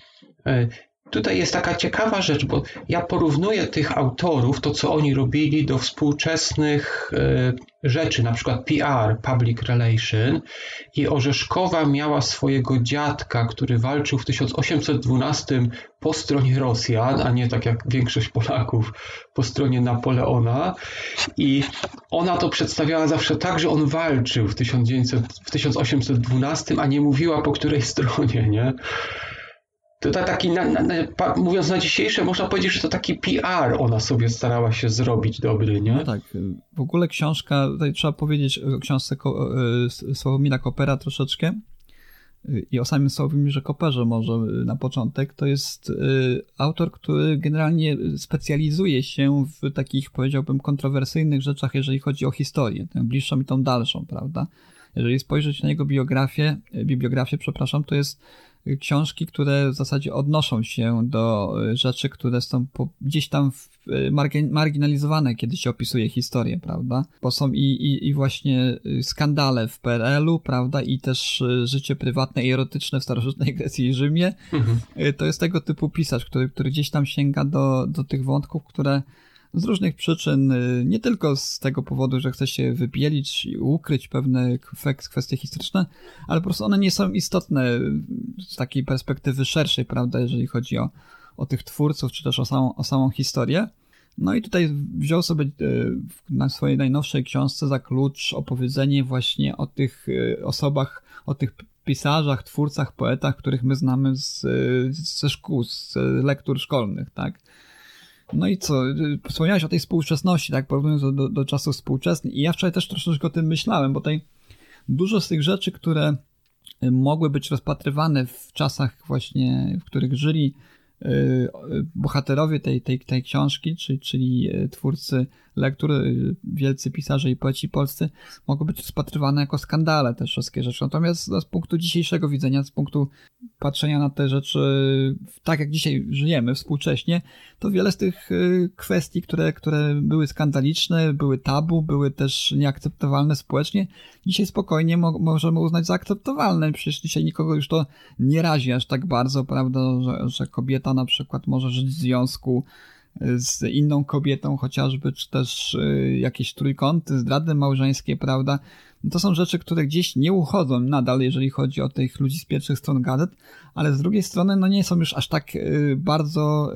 Tutaj jest taka ciekawa rzecz, bo ja porównuję tych autorów, to co oni robili do współczesnych y, rzeczy, na przykład P R, Public Relation, i Orzeszkowa miała swojego dziadka, który walczył w tysiąc osiemset dwunastym po stronie Rosjan, a nie tak jak większość Polaków po stronie Napoleona, i ona to przedstawiała zawsze tak, że on walczył w tysiąc osiemset dwunastym, a nie mówiła po której stronie, nie? Tutaj taki, na, na, na, mówiąc na dzisiejsze, można powiedzieć, że to taki P R ona sobie starała się zrobić dobry, nie? No tak. W ogóle książka, tutaj trzeba powiedzieć o książce Sławomira Kopera troszeczkę i o samym Sławomirze Koperze może na początek. To jest autor, który generalnie specjalizuje się w takich, powiedziałbym, kontrowersyjnych rzeczach, jeżeli chodzi o historię, tę bliższą i tą dalszą, prawda? Jeżeli spojrzeć na jego biografię, bibliografię, przepraszam, to jest książki, które w zasadzie odnoszą się do rzeczy, które są po, gdzieś tam w, margin, marginalizowane, kiedy się opisuje historię, prawda? Bo są i, i, i właśnie skandale w P R L-u, prawda? I też życie prywatne i erotyczne w starożytnej Grecji i Rzymie. Mhm. To jest tego typu pisarz, który, który gdzieś tam sięga do, do tych wątków, które z różnych przyczyn, nie tylko z tego powodu, że chce się wybielić i ukryć pewne kwestie historyczne, ale po prostu one nie są istotne z takiej perspektywy szerszej, prawda, jeżeli chodzi o, o tych twórców, czy też o samą, o samą historię. No i tutaj wziął sobie na swojej najnowszej książce za klucz opowiedzenie właśnie o tych osobach, o tych pisarzach, twórcach, poetach, których my znamy z, ze szkół, z lektur szkolnych, tak? No i co, wspomniałeś o tej współczesności, tak, porównując do, do, do czasów współczesnych i ja wczoraj też troszeczkę o tym myślałem, bo tutaj dużo z tych rzeczy, które mogły być rozpatrywane w czasach właśnie, w których żyli bohaterowie tej, tej, tej książki, czyli, czyli twórcy lektur, wielcy pisarze i poeci polscy, mogą być rozpatrywane jako skandale te wszystkie rzeczy. Natomiast no, z punktu dzisiejszego widzenia, z punktu patrzenia na te rzeczy tak jak dzisiaj żyjemy współcześnie, to wiele z tych kwestii, które, które były skandaliczne, były tabu, były też nieakceptowalne społecznie, dzisiaj spokojnie mo- możemy uznać za akceptowalne. Przecież dzisiaj nikogo już to nie razi aż tak bardzo, prawda, że, że kobieta na przykład może żyć w związku z inną kobietą chociażby, czy też jakieś trójkąty, zdrady małżeńskie, prawda? No to są rzeczy, które gdzieś nie uchodzą nadal, jeżeli chodzi o tych ludzi z pierwszych stron gazet, ale z drugiej strony no nie są już aż tak bardzo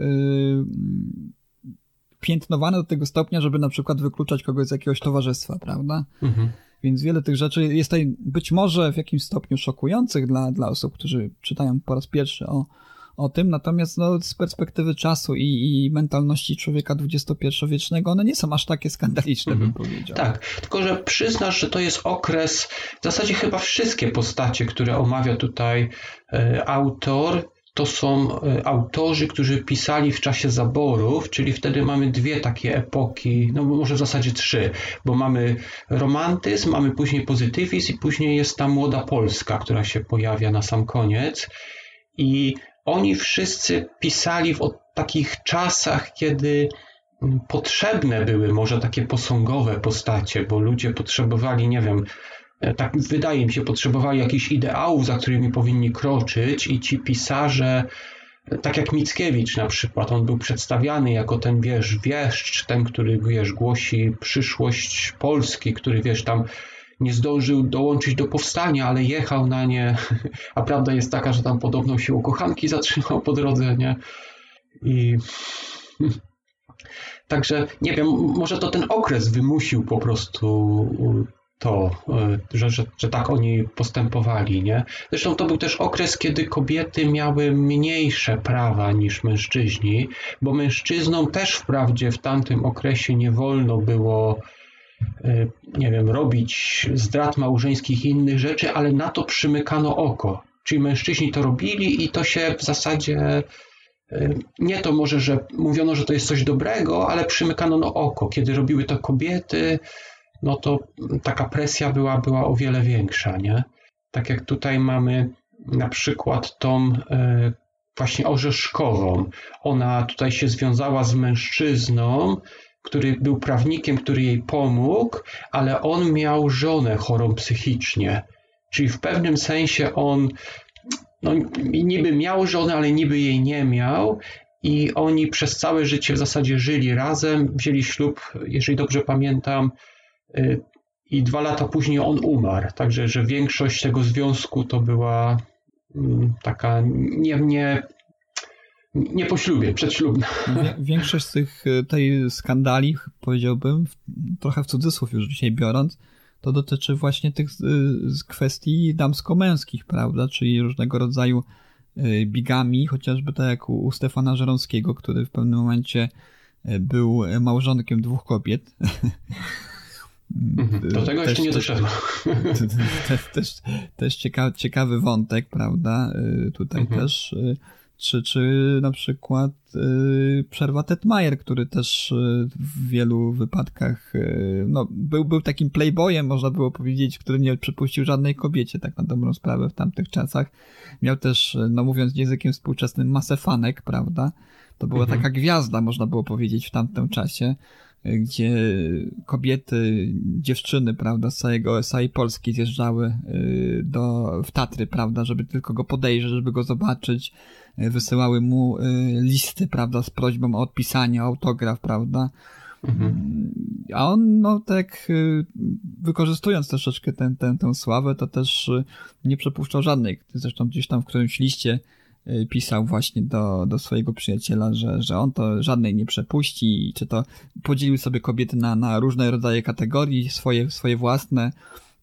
piętnowane do tego stopnia, żeby na przykład wykluczać kogoś z jakiegoś towarzystwa, prawda? Mhm. Więc wiele tych rzeczy jest tutaj być może w jakimś stopniu szokujących dla, dla osób, którzy czytają po raz pierwszy o o tym, natomiast no, z perspektywy czasu i, i mentalności człowieka dwudziestopierwowiecznego one nie są aż takie skandaliczne, bym powiedział. Tak, tylko że przyznasz, że to jest okres, w zasadzie chyba wszystkie postacie, które omawia tutaj e, autor, to są e, autorzy, którzy pisali w czasie zaborów, czyli wtedy mamy dwie takie epoki, no może w zasadzie trzy, bo mamy romantyzm, mamy później pozytywizm i później jest ta młoda Polska, która się pojawia na sam koniec i oni wszyscy pisali w takich czasach, kiedy potrzebne były może takie posągowe postacie, bo ludzie potrzebowali, nie wiem, tak wydaje mi się, potrzebowali jakichś ideałów, za którymi powinni kroczyć i ci pisarze, tak jak Mickiewicz na przykład, on był przedstawiany jako ten, wiesz, wieszcz, ten, który, wiesz, głosi przyszłość Polski, który, wiesz, tam nie zdążył dołączyć do powstania, ale jechał na nie, a prawda jest taka, że tam podobno się u kochanki zatrzymał po drodze, nie? I także, nie wiem, może to ten okres wymusił po prostu to, że, że, że tak oni postępowali, nie? Zresztą to był też okres, kiedy kobiety miały mniejsze prawa niż mężczyźni, bo mężczyznom też wprawdzie w tamtym okresie nie wolno było, nie wiem, robić zdrad małżeńskich i innych rzeczy, ale na to przymykano oko. Czyli mężczyźni to robili i to się w zasadzie, nie to może, że mówiono, że to jest coś dobrego, ale przymykano no oko. Kiedy robiły to kobiety, no to taka presja była, była o wiele większa, nie? Tak jak tutaj mamy na przykład tą właśnie Orzeszkową. Ona tutaj się związała z mężczyzną, który był prawnikiem, który jej pomógł, ale on miał żonę chorą psychicznie. Czyli w pewnym sensie on no, niby miał żonę, ale niby jej nie miał i oni przez całe życie w zasadzie żyli razem, wzięli ślub, jeżeli dobrze pamiętam, i dwa lata później on umarł. Także, że większość tego związku to była taka nie, nie, nie po ślubie, przedślubna. Większość z tych tej skandali, powiedziałbym, trochę w cudzysłów już dzisiaj biorąc, to dotyczy właśnie tych kwestii damsko-męskich, prawda, czyli różnego rodzaju bigamii, chociażby tak jak u Stefana Żeromskiego, który w pewnym momencie był małżonkiem dwóch kobiet. Do tego też, jeszcze nie doszedłem. Też, też, też ciekawy, ciekawy wątek, prawda, tutaj mhm. też. Czy, czy na przykład y, Przerwa Tetmajer, który też y, w wielu wypadkach y, no, był, był takim playboyem, można było powiedzieć, który nie przypuścił żadnej kobiecie, tak na dobrą sprawę w tamtych czasach. Miał też, no mówiąc językiem współczesnym, masę fanek, prawda? To była mhm. taka gwiazda, można było powiedzieć, w tamtym czasie, gdzie kobiety, dziewczyny, prawda, z całego, z całej Polski zjeżdżały do, w Tatry, prawda, żeby tylko go podejrzeć, żeby go zobaczyć. Wysyłały mu listy, prawda, z prośbą o odpisanie, o autograf, prawda. Mhm. A on, no tak, wykorzystując troszeczkę tę, tę, tę sławę, to też nie przepuszczał żadnej. Zresztą gdzieś tam w którymś liście pisał właśnie do, do swojego przyjaciela, że, że on to żadnej nie przepuści, czy to podzielił sobie kobiety na, na różne rodzaje kategorii, swoje, swoje własne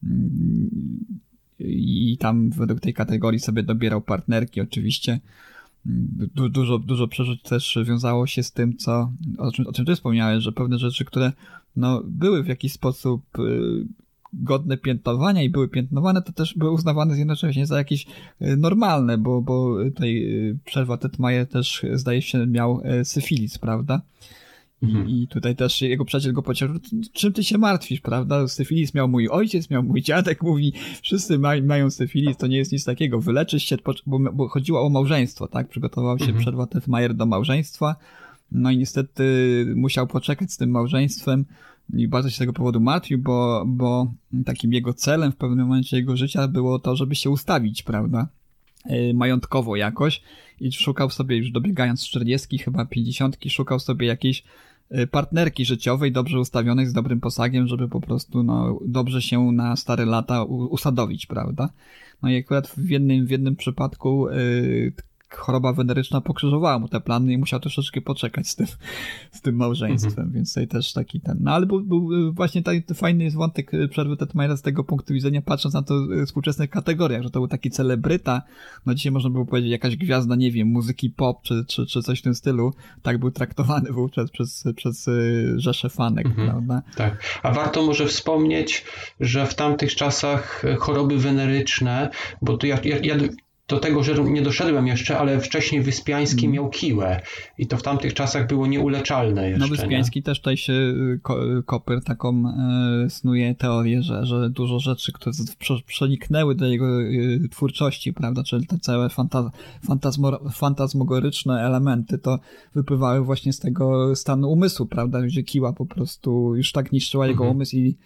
i tam według tej kategorii sobie dobierał partnerki. Oczywiście du, dużo, dużo przeżyć też wiązało się z tym, co, o czym, o czym ty wspomniałeś, że pewne rzeczy, które no, były w jakiś sposób godne piętnowania i były piętnowane, to też były uznawane jednocześnie za jakieś normalne, bo, bo tutaj Przerwa Tetmajer też, zdaje się, miał syfilis, prawda? Mhm. I tutaj też jego przyjaciel go pociągnął, czym ty się martwisz, prawda? Syfilis miał mój ojciec, miał mój dziadek, mówi, wszyscy ma, mają syfilis, to nie jest nic takiego, wyleczysz się, bo, bo chodziło o małżeństwo, tak? Przygotował się mhm. Przerwa Tetmajer do małżeństwa, no i niestety musiał poczekać z tym małżeństwem i bardzo się z tego powodu martwił, bo, bo takim jego celem w pewnym momencie jego życia było to, żeby się ustawić, prawda? Yy, majątkowo jakoś i szukał sobie, już dobiegając z czterdziestki, chyba pięćdziesiątki, szukał sobie jakiejś partnerki życiowej, dobrze ustawionej, z dobrym posagiem, żeby po prostu no, dobrze się na stare lata usadowić, prawda? No i akurat w jednym, w jednym przypadku yy, choroba weneryczna pokrzyżowała mu te plany i musiał troszeczkę poczekać z tym, z tym małżeństwem, mhm. więc tutaj też taki ten, no ale był, był właśnie taki fajny jest wątek Przerwy Tetmajera z tego punktu widzenia, patrząc na to w współczesnych kategoriach, że to był taki celebryta, no dzisiaj można było powiedzieć jakaś gwiazda, nie wiem, muzyki pop, czy, czy, czy coś w tym stylu, tak był traktowany wówczas przez, przez rzesze fanek, mhm. prawda? Tak, a warto może wspomnieć, że w tamtych czasach choroby weneryczne, bo tu ja, ja, ja do tego, że nie doszedłem jeszcze, ale wcześniej Wyspiański mm. miał kiłę i to w tamtych czasach było nieuleczalne jeszcze. No Wyspiański nie? też tutaj się Kopyr taką e, snuje teorię, że, że dużo rzeczy, które przeniknęły do jego e, twórczości, prawda, czyli te całe fantaz fantazmo fantazmogoryczne elementy, to wypływały właśnie z tego stanu umysłu, prawda, gdzie kiła po prostu już tak niszczyła jego mm -hmm. umysł i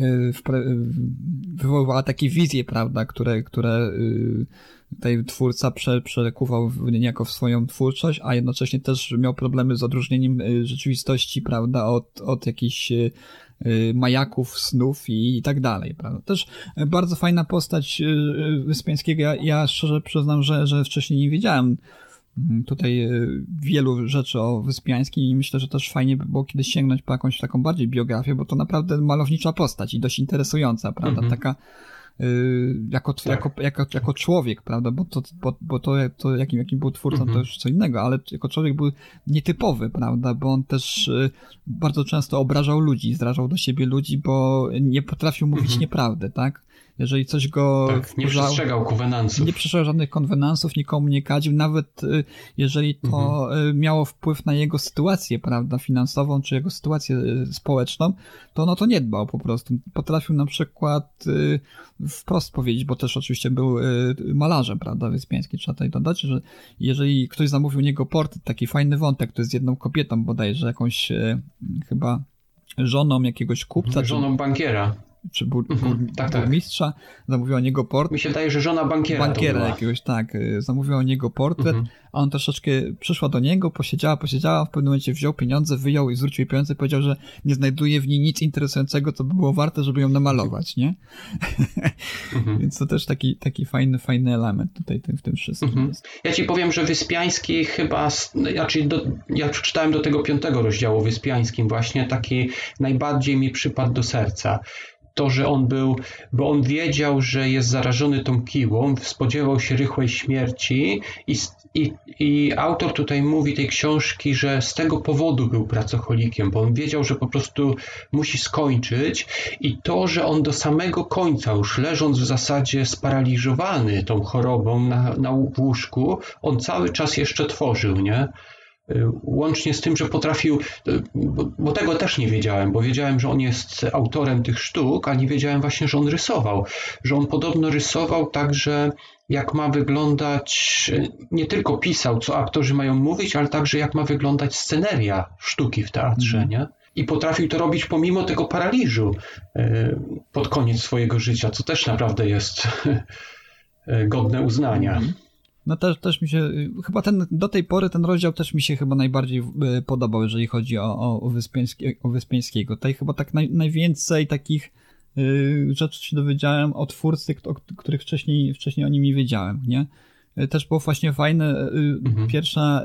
wywoływała takie wizje, prawda, które, które tutaj twórca prze, przekuwał niejako w swoją twórczość, a jednocześnie też miał problemy z odróżnieniem rzeczywistości, prawda, od, od jakichś majaków, snów i, i tak dalej, prawda. Też bardzo fajna postać Wyspiańskiego. Ja, ja szczerze przyznam, że, że wcześniej nie wiedziałem tutaj wielu rzeczy o Wyspiańskim i myślę, że też fajnie by było kiedyś sięgnąć po jakąś taką bardziej biografię, bo to naprawdę malownicza postać i dość interesująca, prawda, mm-hmm. taka y, jako, tak. jako, jako, jako człowiek, prawda, bo to, bo, bo to, to jakim, jakim był twórcą mm-hmm. to już co innego, ale jako człowiek był nietypowy, prawda, bo on też y, bardzo często obrażał ludzi, zrażał do siebie ludzi, bo nie potrafił mówić mm-hmm. nieprawdy, tak? Jeżeli coś go tak, nie przestrzegał konwenansów. Nie przestrzegał żadnych konwenansów, nikomu nie kadził, nawet jeżeli to mhm. miało wpływ na jego sytuację, prawda, finansową, czy jego sytuację społeczną, to no to nie dbał po prostu. Potrafił na przykład wprost powiedzieć, bo też oczywiście był malarzem, prawda, Wyspiański, trzeba tutaj dodać, że jeżeli ktoś zamówił u niego portret, taki fajny wątek, to jest jedną kobietą bodajże, jakąś chyba żoną jakiegoś kupca. Żoną czy... bankiera. czy bur, bur, mhm, tak, burmistrza, tak. zamówiła o niego portret. Mi się wydaje, że żona bankiera Bankiera jakiegoś, tak. Zamówiła o niego portret, mhm. a on troszeczkę przyszła do niego, posiedziała, posiedziała, w pewnym momencie wziął pieniądze, wyjął i zwrócił jej pieniądze i powiedział, że nie znajduje w niej nic interesującego, co by było warte, żeby ją namalować, nie? Mhm. Więc to też taki, taki fajny, fajny element tutaj w tym wszystkim mhm. jest. Ja ci powiem, że Wyspiański chyba, znaczy do, ja przeczytałem do tego piątego rozdziału Wyspiańskim właśnie, taki najbardziej mi przypadł do serca. To, że on był, bo on wiedział, że jest zarażony tą kiłą, spodziewał się rychłej śmierci i, i, i autor tutaj mówi tej książki, że z tego powodu był pracocholikiem, bo on wiedział, że po prostu musi skończyć i to, że on do samego końca, już leżąc w zasadzie sparaliżowany tą chorobą na, na łóżku, on cały czas jeszcze tworzył, nie? Łącznie z tym, że potrafił, bo, bo tego też nie wiedziałem, bo wiedziałem, że on jest autorem tych sztuk, a nie wiedziałem właśnie, że on rysował, że on podobno rysował także jak ma wyglądać, nie tylko pisał, co aktorzy mają mówić, ale także jak ma wyglądać sceneria sztuki w teatrze, mm. nie? I potrafił to robić pomimo tego paraliżu pod koniec swojego życia, co też naprawdę jest godne uznania. Mm. No też, też mi się, chyba ten, do tej pory ten rozdział też mi się chyba najbardziej podobał, jeżeli chodzi o, o, o, Wyspiańskie, o Wyspiańskiego. Tutaj chyba tak naj, najwięcej takich y, rzeczy się dowiedziałem o twórcy, o których wcześniej, wcześniej o nim nie wiedziałem, nie? też było właśnie fajne, mhm. pierwsza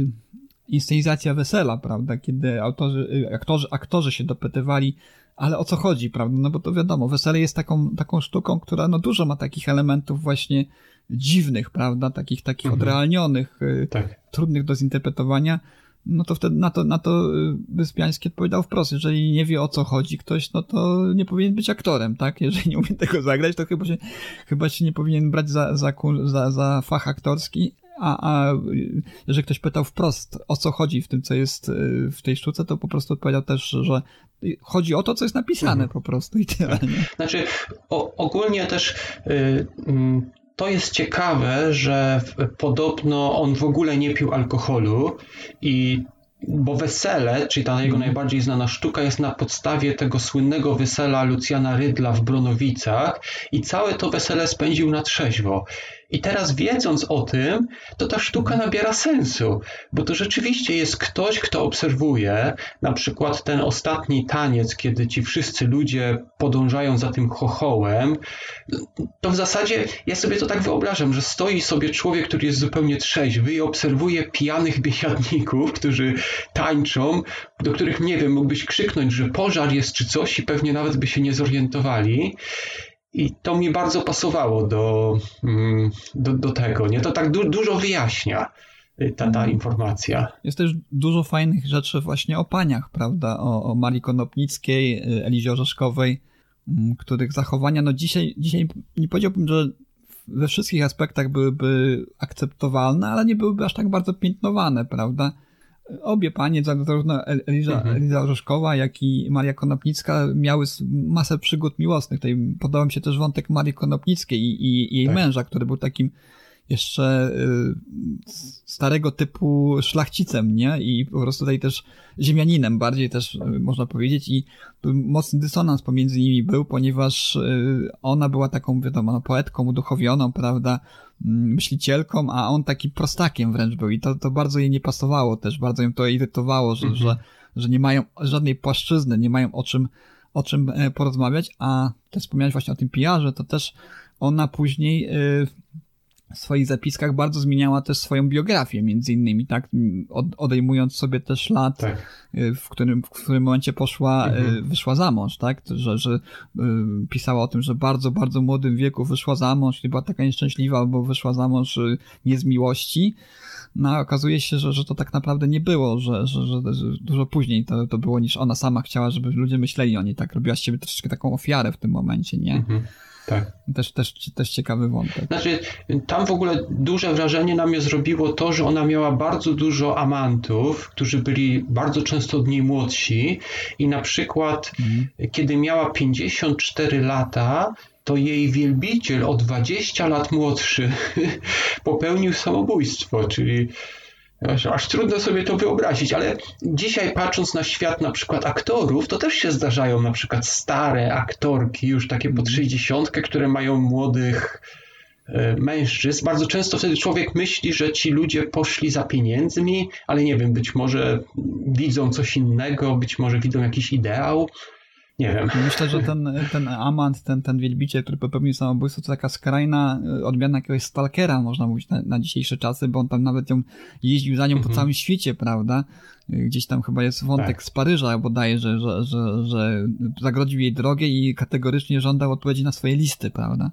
inscenizacja wesela, prawda, kiedy autorzy, aktorzy, aktorzy się dopytywali, ale o co chodzi, prawda, no bo to wiadomo, wesele jest taką, taką sztuką, która no dużo ma takich elementów właśnie dziwnych, prawda, takich, takich mhm. odrealnionych, tak. trudnych do zinterpretowania, no to wtedy na to, na to Wyspiański odpowiadał wprost, jeżeli nie wie o co chodzi ktoś, no to nie powinien być aktorem, tak, jeżeli nie umie tego zagrać, to chyba się, chyba się nie powinien brać za, za, za, za fach aktorski, a, a jeżeli ktoś pytał wprost, o co chodzi w tym, co jest w tej sztuce, to po prostu odpowiedział też, że chodzi o to, co jest napisane mhm. po prostu i tyle. Nie? Znaczy, o, ogólnie też y, y, to jest ciekawe, że podobno on w ogóle nie pił alkoholu i bo wesele, czyli ta jego najbardziej znana sztuka, jest na podstawie tego słynnego wesela Lucjana Rydla w Bronowicach i całe to wesele spędził na trzeźwo. I teraz wiedząc o tym, to ta sztuka nabiera sensu, bo to rzeczywiście jest ktoś, kto obserwuje, na przykład ten ostatni taniec, kiedy ci wszyscy ludzie podążają za tym chochołem, to w zasadzie ja sobie to tak wyobrażam, że stoi sobie człowiek, który jest zupełnie trzeźwy i obserwuje pijanych biesiadników, którzy tańczą, do których, nie wiem, mógłbyś krzyknąć, że pożar jest czy coś i pewnie nawet by się nie zorientowali. I to mi bardzo pasowało do, do, do tego, nie? To tak du- dużo wyjaśnia ta, ta informacja. Jest też dużo fajnych rzeczy właśnie o paniach, prawda? O, o Marii Konopnickiej, Elizie Orzeszkowej, których zachowania, no dzisiaj, dzisiaj nie powiedziałbym, że we wszystkich aspektach byłyby akceptowalne, ale nie byłyby aż tak bardzo piętnowane, prawda? Obie panie, zarówno Eliza, mhm. Eliza Orzeszkowa, jak i Maria Konopnicka miały masę przygód miłosnych. Tutaj podobał mi się też wątek Marii Konopnickiej i, i, i jej tak. męża, który był takim jeszcze y, starego typu szlachcicem, nie? I po prostu tutaj też ziemianinem bardziej też y, można powiedzieć i mocny dysonans pomiędzy nimi był, ponieważ y, ona była taką, wiadomo, no, poetką uduchowioną, prawda, myślicielką, a on taki prostakiem wręcz był i to, to bardzo jej nie pasowało też, bardzo ją to irytowało, że, mhm. że, że nie mają żadnej płaszczyzny, nie mają o czym, o czym porozmawiać, a też wspomniałeś właśnie o tym pijarze, to też ona później y, w swoich zapiskach bardzo zmieniała też swoją biografię, między innymi, tak, Od, odejmując sobie też lat, tak. w którym, w którym momencie poszła, mhm. wyszła za mąż, tak, że, że pisała o tym, że bardzo, bardzo młodym wieku wyszła za mąż i była taka nieszczęśliwa, bo wyszła za mąż nie z miłości. No a okazuje się, że, że to tak naprawdę nie było, że, że, że, że dużo później to, to było, niż ona sama chciała, żeby ludzie myśleli o niej, tak, robiła z siebie troszeczkę taką ofiarę w tym momencie, nie? Mhm. Tak. Też, też, też ciekawy wątek. Znaczy, tam w ogóle duże wrażenie na mnie zrobiło to, że ona miała bardzo dużo amantów, którzy byli bardzo często od niej młodsi i na przykład mhm. kiedy miała pięćdziesiąt cztery lata, to jej wielbiciel o dwadzieścia lat młodszy popełnił samobójstwo, czyli Aż, aż trudno sobie to wyobrazić, ale dzisiaj patrząc na świat na przykład aktorów, to też się zdarzają na przykład stare aktorki, już takie pod sześćdziesiątkę, które mają młodych e, mężczyzn. Bardzo często wtedy człowiek myśli, że ci ludzie poszli za pieniędzmi, ale nie wiem, być może widzą coś innego, być może widzą jakiś ideał. Nie wiem. Myślę, że ten, ten amant, ten, ten wielbiciel, który popełnił samobójstwo, to taka skrajna odmiana jakiegoś stalkera, można mówić, na, na dzisiejsze czasy, bo on tam nawet ją jeździł za nią mhm. po całym świecie, prawda? Gdzieś tam chyba jest wątek tak. z Paryża bodajże, że, że, że, że zagrodził jej drogę i kategorycznie żądał odpowiedzi na swoje listy, prawda?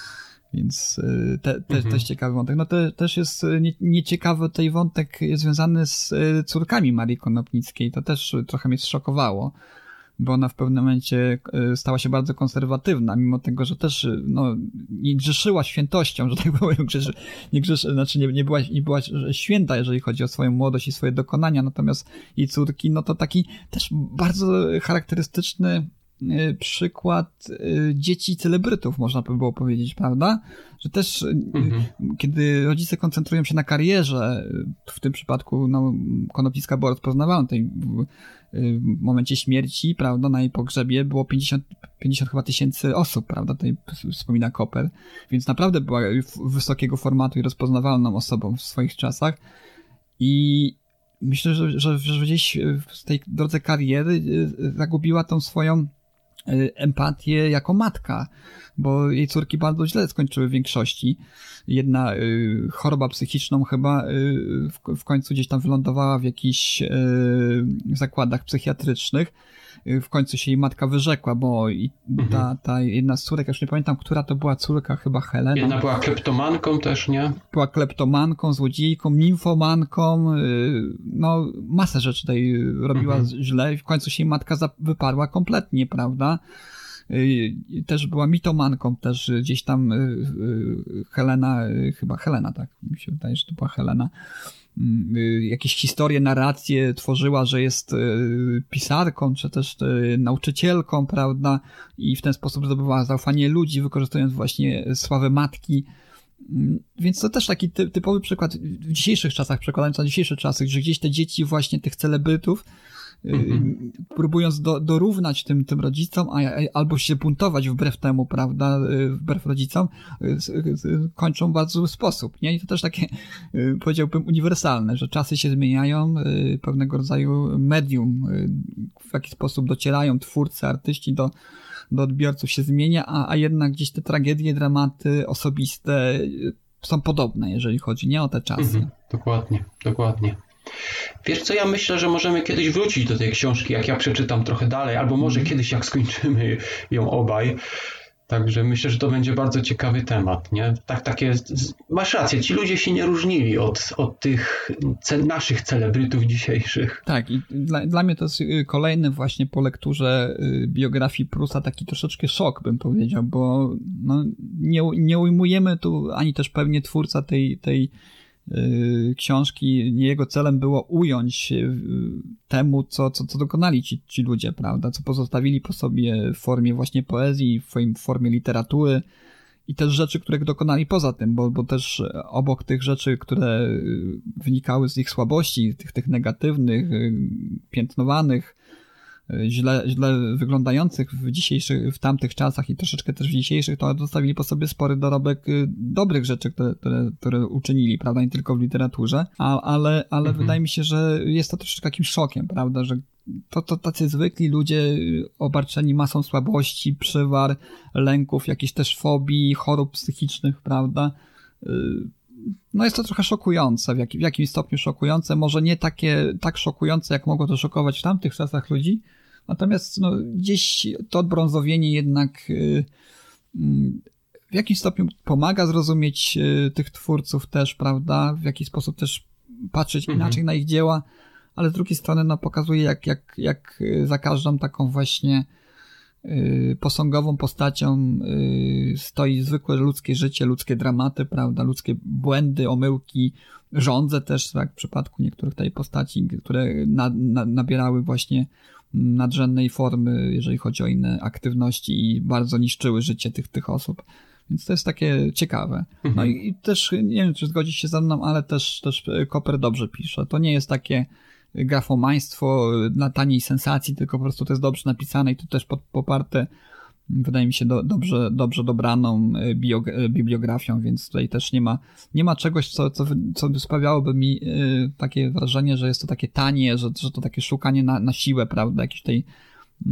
Więc te, te, mhm. też ciekawy wątek. No to też jest nie, nieciekawy tej wątek związany z córkami Marii Konopnickiej. To też trochę mnie zszokowało, bo ona w pewnym momencie stała się bardzo konserwatywna, mimo tego, że też no, nie grzeszyła świętością, że tak powiem, grzeszy, nie grzeszy, znaczy nie, nie, była, nie była święta, jeżeli chodzi o swoją młodość i swoje dokonania, natomiast jej córki, no to taki też bardzo charakterystyczny przykład dzieci celebrytów, można by było powiedzieć, prawda? Że też mhm. kiedy rodzice koncentrują się na karierze, w tym przypadku no, Konopnicka była rozpoznawalna tutaj w, w momencie śmierci, prawda, na jej pogrzebie było pięćdziesiąt, pięćdziesiąt chyba tysięcy osób, prawda, tutaj wspomina Koper, więc naprawdę była wysokiego formatu i rozpoznawalną osobą w swoich czasach i myślę, że, że, że gdzieś w tej drodze kariery zagubiła tą swoją empatię jako matka, bo jej córki bardzo źle skończyły w większości. Jedna y, choroba psychiczną chyba y, w, w końcu gdzieś tam wylądowała w jakichś y, zakładach psychiatrycznych. Y, w końcu się jej matka wyrzekła, bo i mhm. ta, ta jedna z córek, już nie pamiętam, która to była córka, chyba Helena. Jedna była kleptomanką też, nie? Była kleptomanką, złodziejką, nimfomanką, y, no masę rzeczy tutaj robiła mhm. źle i w końcu się jej matka wyparła kompletnie, prawda? Też była mitomanką, też gdzieś tam Helena, chyba Helena, tak, mi się wydaje, że to była Helena, jakieś historie, narracje tworzyła, że jest pisarką, czy też nauczycielką, prawda, i w ten sposób zdobywała zaufanie ludzi, wykorzystując właśnie sławę matki. Więc to też taki typowy przykład w dzisiejszych czasach, przekładając na dzisiejsze czasy, że gdzieś te dzieci właśnie tych celebrytów Mhm. próbując do, dorównać tym, tym rodzicom, a, albo się buntować wbrew temu, prawda, wbrew rodzicom, kończą w bardzo zły sposób, nie? I to też takie, powiedziałbym, uniwersalne, że czasy się zmieniają, pewnego rodzaju medium, w jaki sposób docierają twórcy, artyści do, do odbiorców się zmienia, a, a jednak gdzieś te tragedie, dramaty osobiste są podobne, jeżeli chodzi nie o te czasy. Mhm. Dokładnie, dokładnie. Wiesz co, ja myślę, że możemy kiedyś wrócić do tej książki, jak ja przeczytam trochę dalej, albo może mm. kiedyś jak skończymy ją obaj. Także myślę, że to będzie bardzo ciekawy temat, nie? Tak, takie, masz rację, ci ludzie się nie różnili od, od tych ce- naszych celebrytów dzisiejszych. Tak, i dla, dla mnie to jest kolejny właśnie po lekturze biografii Prusa taki troszeczkę szok, bym powiedział, bo no, nie, nie ujmujemy tu ani też pewnie twórca tej, tej książki, nie jego celem było ująć temu, co, co, co dokonali ci, ci ludzie, prawda, co pozostawili po sobie w formie właśnie poezji, w formie literatury i też rzeczy, które dokonali poza tym, bo, bo też obok tych rzeczy, które wynikały z ich słabości, tych, tych negatywnych, piętnowanych, źle, źle wyglądających w dzisiejszych, w tamtych czasach i troszeczkę też w dzisiejszych, to zostawili po sobie spory dorobek dobrych rzeczy, które, które, które uczynili, prawda, nie tylko w literaturze, a, ale, ale mhm. wydaje mi się, że jest to troszeczkę takim szokiem, prawda, że to, to tacy zwykli ludzie obarczeni masą słabości, przywar, lęków, jakichś też fobii, chorób psychicznych, prawda, no jest to trochę szokujące, w, jak, w jakimś stopniu szokujące, może nie takie tak szokujące, jak mogło to szokować w tamtych czasach ludzi, natomiast no, gdzieś to odbrązowienie jednak y, y, w jakimś stopniu pomaga zrozumieć y, tych twórców też, prawda, w jakiś sposób też patrzeć mhm. inaczej na ich dzieła, ale z drugiej strony no, pokazuje, jak, jak, jak za każdą taką właśnie posągową postacią stoi zwykłe ludzkie życie, ludzkie dramaty, prawda, ludzkie błędy, omyłki, żądze też, tak, w przypadku niektórych tej postaci, które na, na, nabierały właśnie nadrzędnej formy, jeżeli chodzi o inne aktywności i bardzo niszczyły życie tych, tych osób. Więc to jest takie ciekawe. No i, i też, nie wiem, czy zgodzisz się ze mną, ale też, też Koper dobrze pisze. To nie jest takie grafomaństwo na taniej sensacji, tylko po prostu to jest dobrze napisane i to też pod, poparte, wydaje mi się, do, dobrze, dobrze dobraną bio, bibliografią, więc tutaj też nie ma, nie ma czegoś, co, co, co sprawiałoby mi y, takie wrażenie, że jest to takie tanie, że, że to takie szukanie na, na siłę, prawda, jakiejś tej y,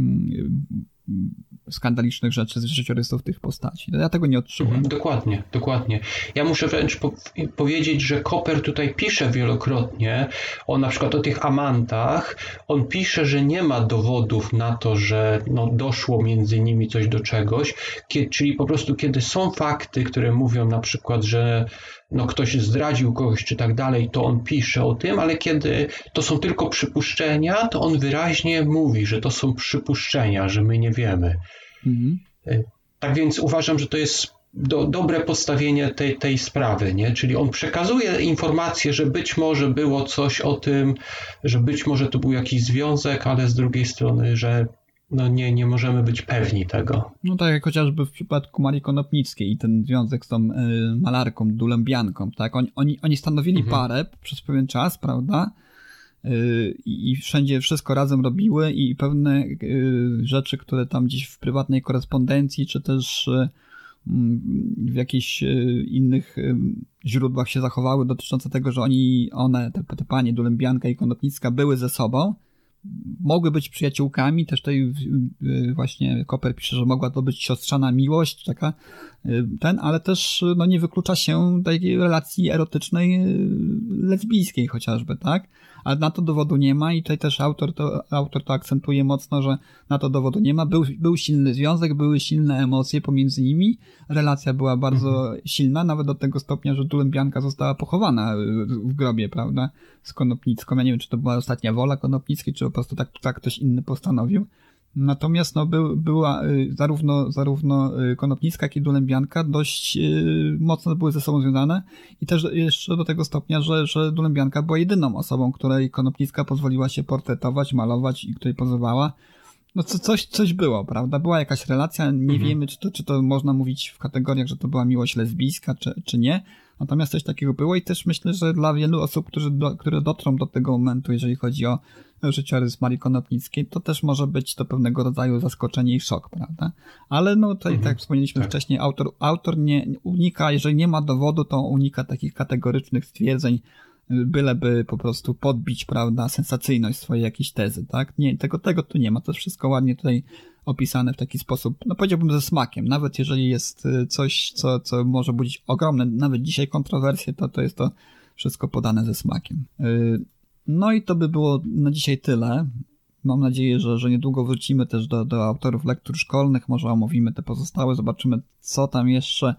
skandalicznych rzeczy z życiorysów tych postaci. Ja tego nie odczułem. Dokładnie, dokładnie. Ja muszę wręcz po- powiedzieć, że Koper tutaj pisze wielokrotnie o na przykład o tych amantach. On pisze, że nie ma dowodów na to, że no, doszło między nimi coś do czegoś, kiedy, czyli po prostu kiedy są fakty, które mówią na przykład, że no, ktoś zdradził kogoś czy tak dalej, to on pisze o tym, ale kiedy to są tylko przypuszczenia, to on wyraźnie mówi, że to są przypuszczenia, że my nie wiemy. Mhm. Tak więc uważam, że to jest do, dobre postawienie tej, tej sprawy, nie? Czyli on przekazuje informację, że być może było coś o tym, że być może to był jakiś związek, ale z drugiej strony, że no nie, nie możemy być pewni tego. No tak jak chociażby w przypadku Marii Konopnickiej i ten związek z tą y, malarką, Dulębianką, tak? Oni, oni, oni stanowili mhm. parę przez pewien czas, prawda? Y, I wszędzie wszystko razem robiły i pewne y, rzeczy, które tam gdzieś w prywatnej korespondencji, czy też y, w jakichś y, innych y, źródłach się zachowały dotyczące tego, że oni, one, te, te panie Dulębianka i Konopnicka były ze sobą, mogły być przyjaciółkami, też tutaj właśnie Koper pisze, że mogła to być siostrzana miłość, taka ten, ale też no, nie wyklucza się takiej relacji erotycznej lesbijskiej chociażby, tak? Ale na to dowodu nie ma i tutaj też autor to, autor to akcentuje mocno, że na to dowodu nie ma. Był, był silny związek, były silne emocje pomiędzy nimi, relacja była bardzo mhm. silna, nawet do tego stopnia, że Dulębianka została pochowana w grobie, prawda, z Konopnicką. Ja nie wiem, czy to była ostatnia wola Konopnickiej, czy po prostu tak, tak ktoś inny postanowił. Natomiast no, był, była y, zarówno, zarówno y, Konopnicka, jak i Dulębianka dość y, mocno były ze sobą związane i też jeszcze do tego stopnia, że, że Dulębianka była jedyną osobą, której Konopnicka pozwoliła się portretować, malować i której pozowała. No co, coś, coś było, prawda? Była jakaś relacja, nie mhm. wiemy, czy to, czy to można mówić w kategoriach, że to była miłość lesbijska, czy, czy nie. Natomiast coś takiego było i też myślę, że dla wielu osób, którzy do, które dotrą do tego momentu, jeżeli chodzi o życiorys Marii Konopnickiej, to też może być to pewnego rodzaju zaskoczenie i szok, prawda? Ale no tutaj, mhm. tak jak wspomnieliśmy tak. wcześniej, autor, autor nie unika, jeżeli nie ma dowodu, to unika takich kategorycznych stwierdzeń, byleby po prostu podbić, prawda, sensacyjność swojej jakiejś tezy, tak? Nie, tego, tego tu nie ma, to jest wszystko ładnie tutaj opisane w taki sposób, no powiedziałbym ze smakiem, nawet jeżeli jest coś, co, co może budzić ogromne, nawet dzisiaj kontrowersje, to, to jest to wszystko podane ze smakiem. No i to by było na dzisiaj tyle. Mam nadzieję, że, że niedługo wrócimy też do, do autorów lektur szkolnych, może omówimy te pozostałe, zobaczymy, co tam jeszcze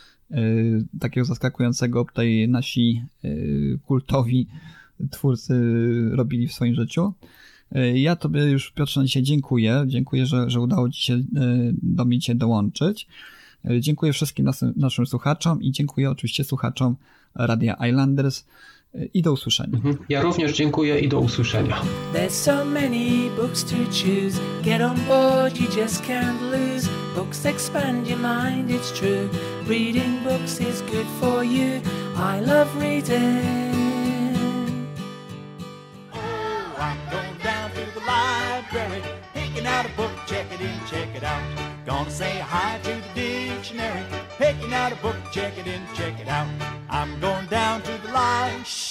Yy, takiego zaskakującego tutaj nasi yy, kultowi twórcy robili w swoim życiu. Yy, ja tobie już, Piotrze, na dzisiaj dziękuję. Dziękuję, że, że udało ci się yy, do mnie cię dołączyć. Yy, dziękuję wszystkim nas, naszym słuchaczom i dziękuję oczywiście słuchaczom Radia Islanders. I do usłyszenia. Ja również dziękuję i do usłyszenia. There's so many books to choose. Get on board, you just can't lose. Books expand your mind, it's true. Reading books is good for you. I love reading. Oh, I'm going down to the library, picking out a book, check it in, check it out. Gonna say hi to the dictionary, picking out a book, check it in, check it out. I'm going down to the library.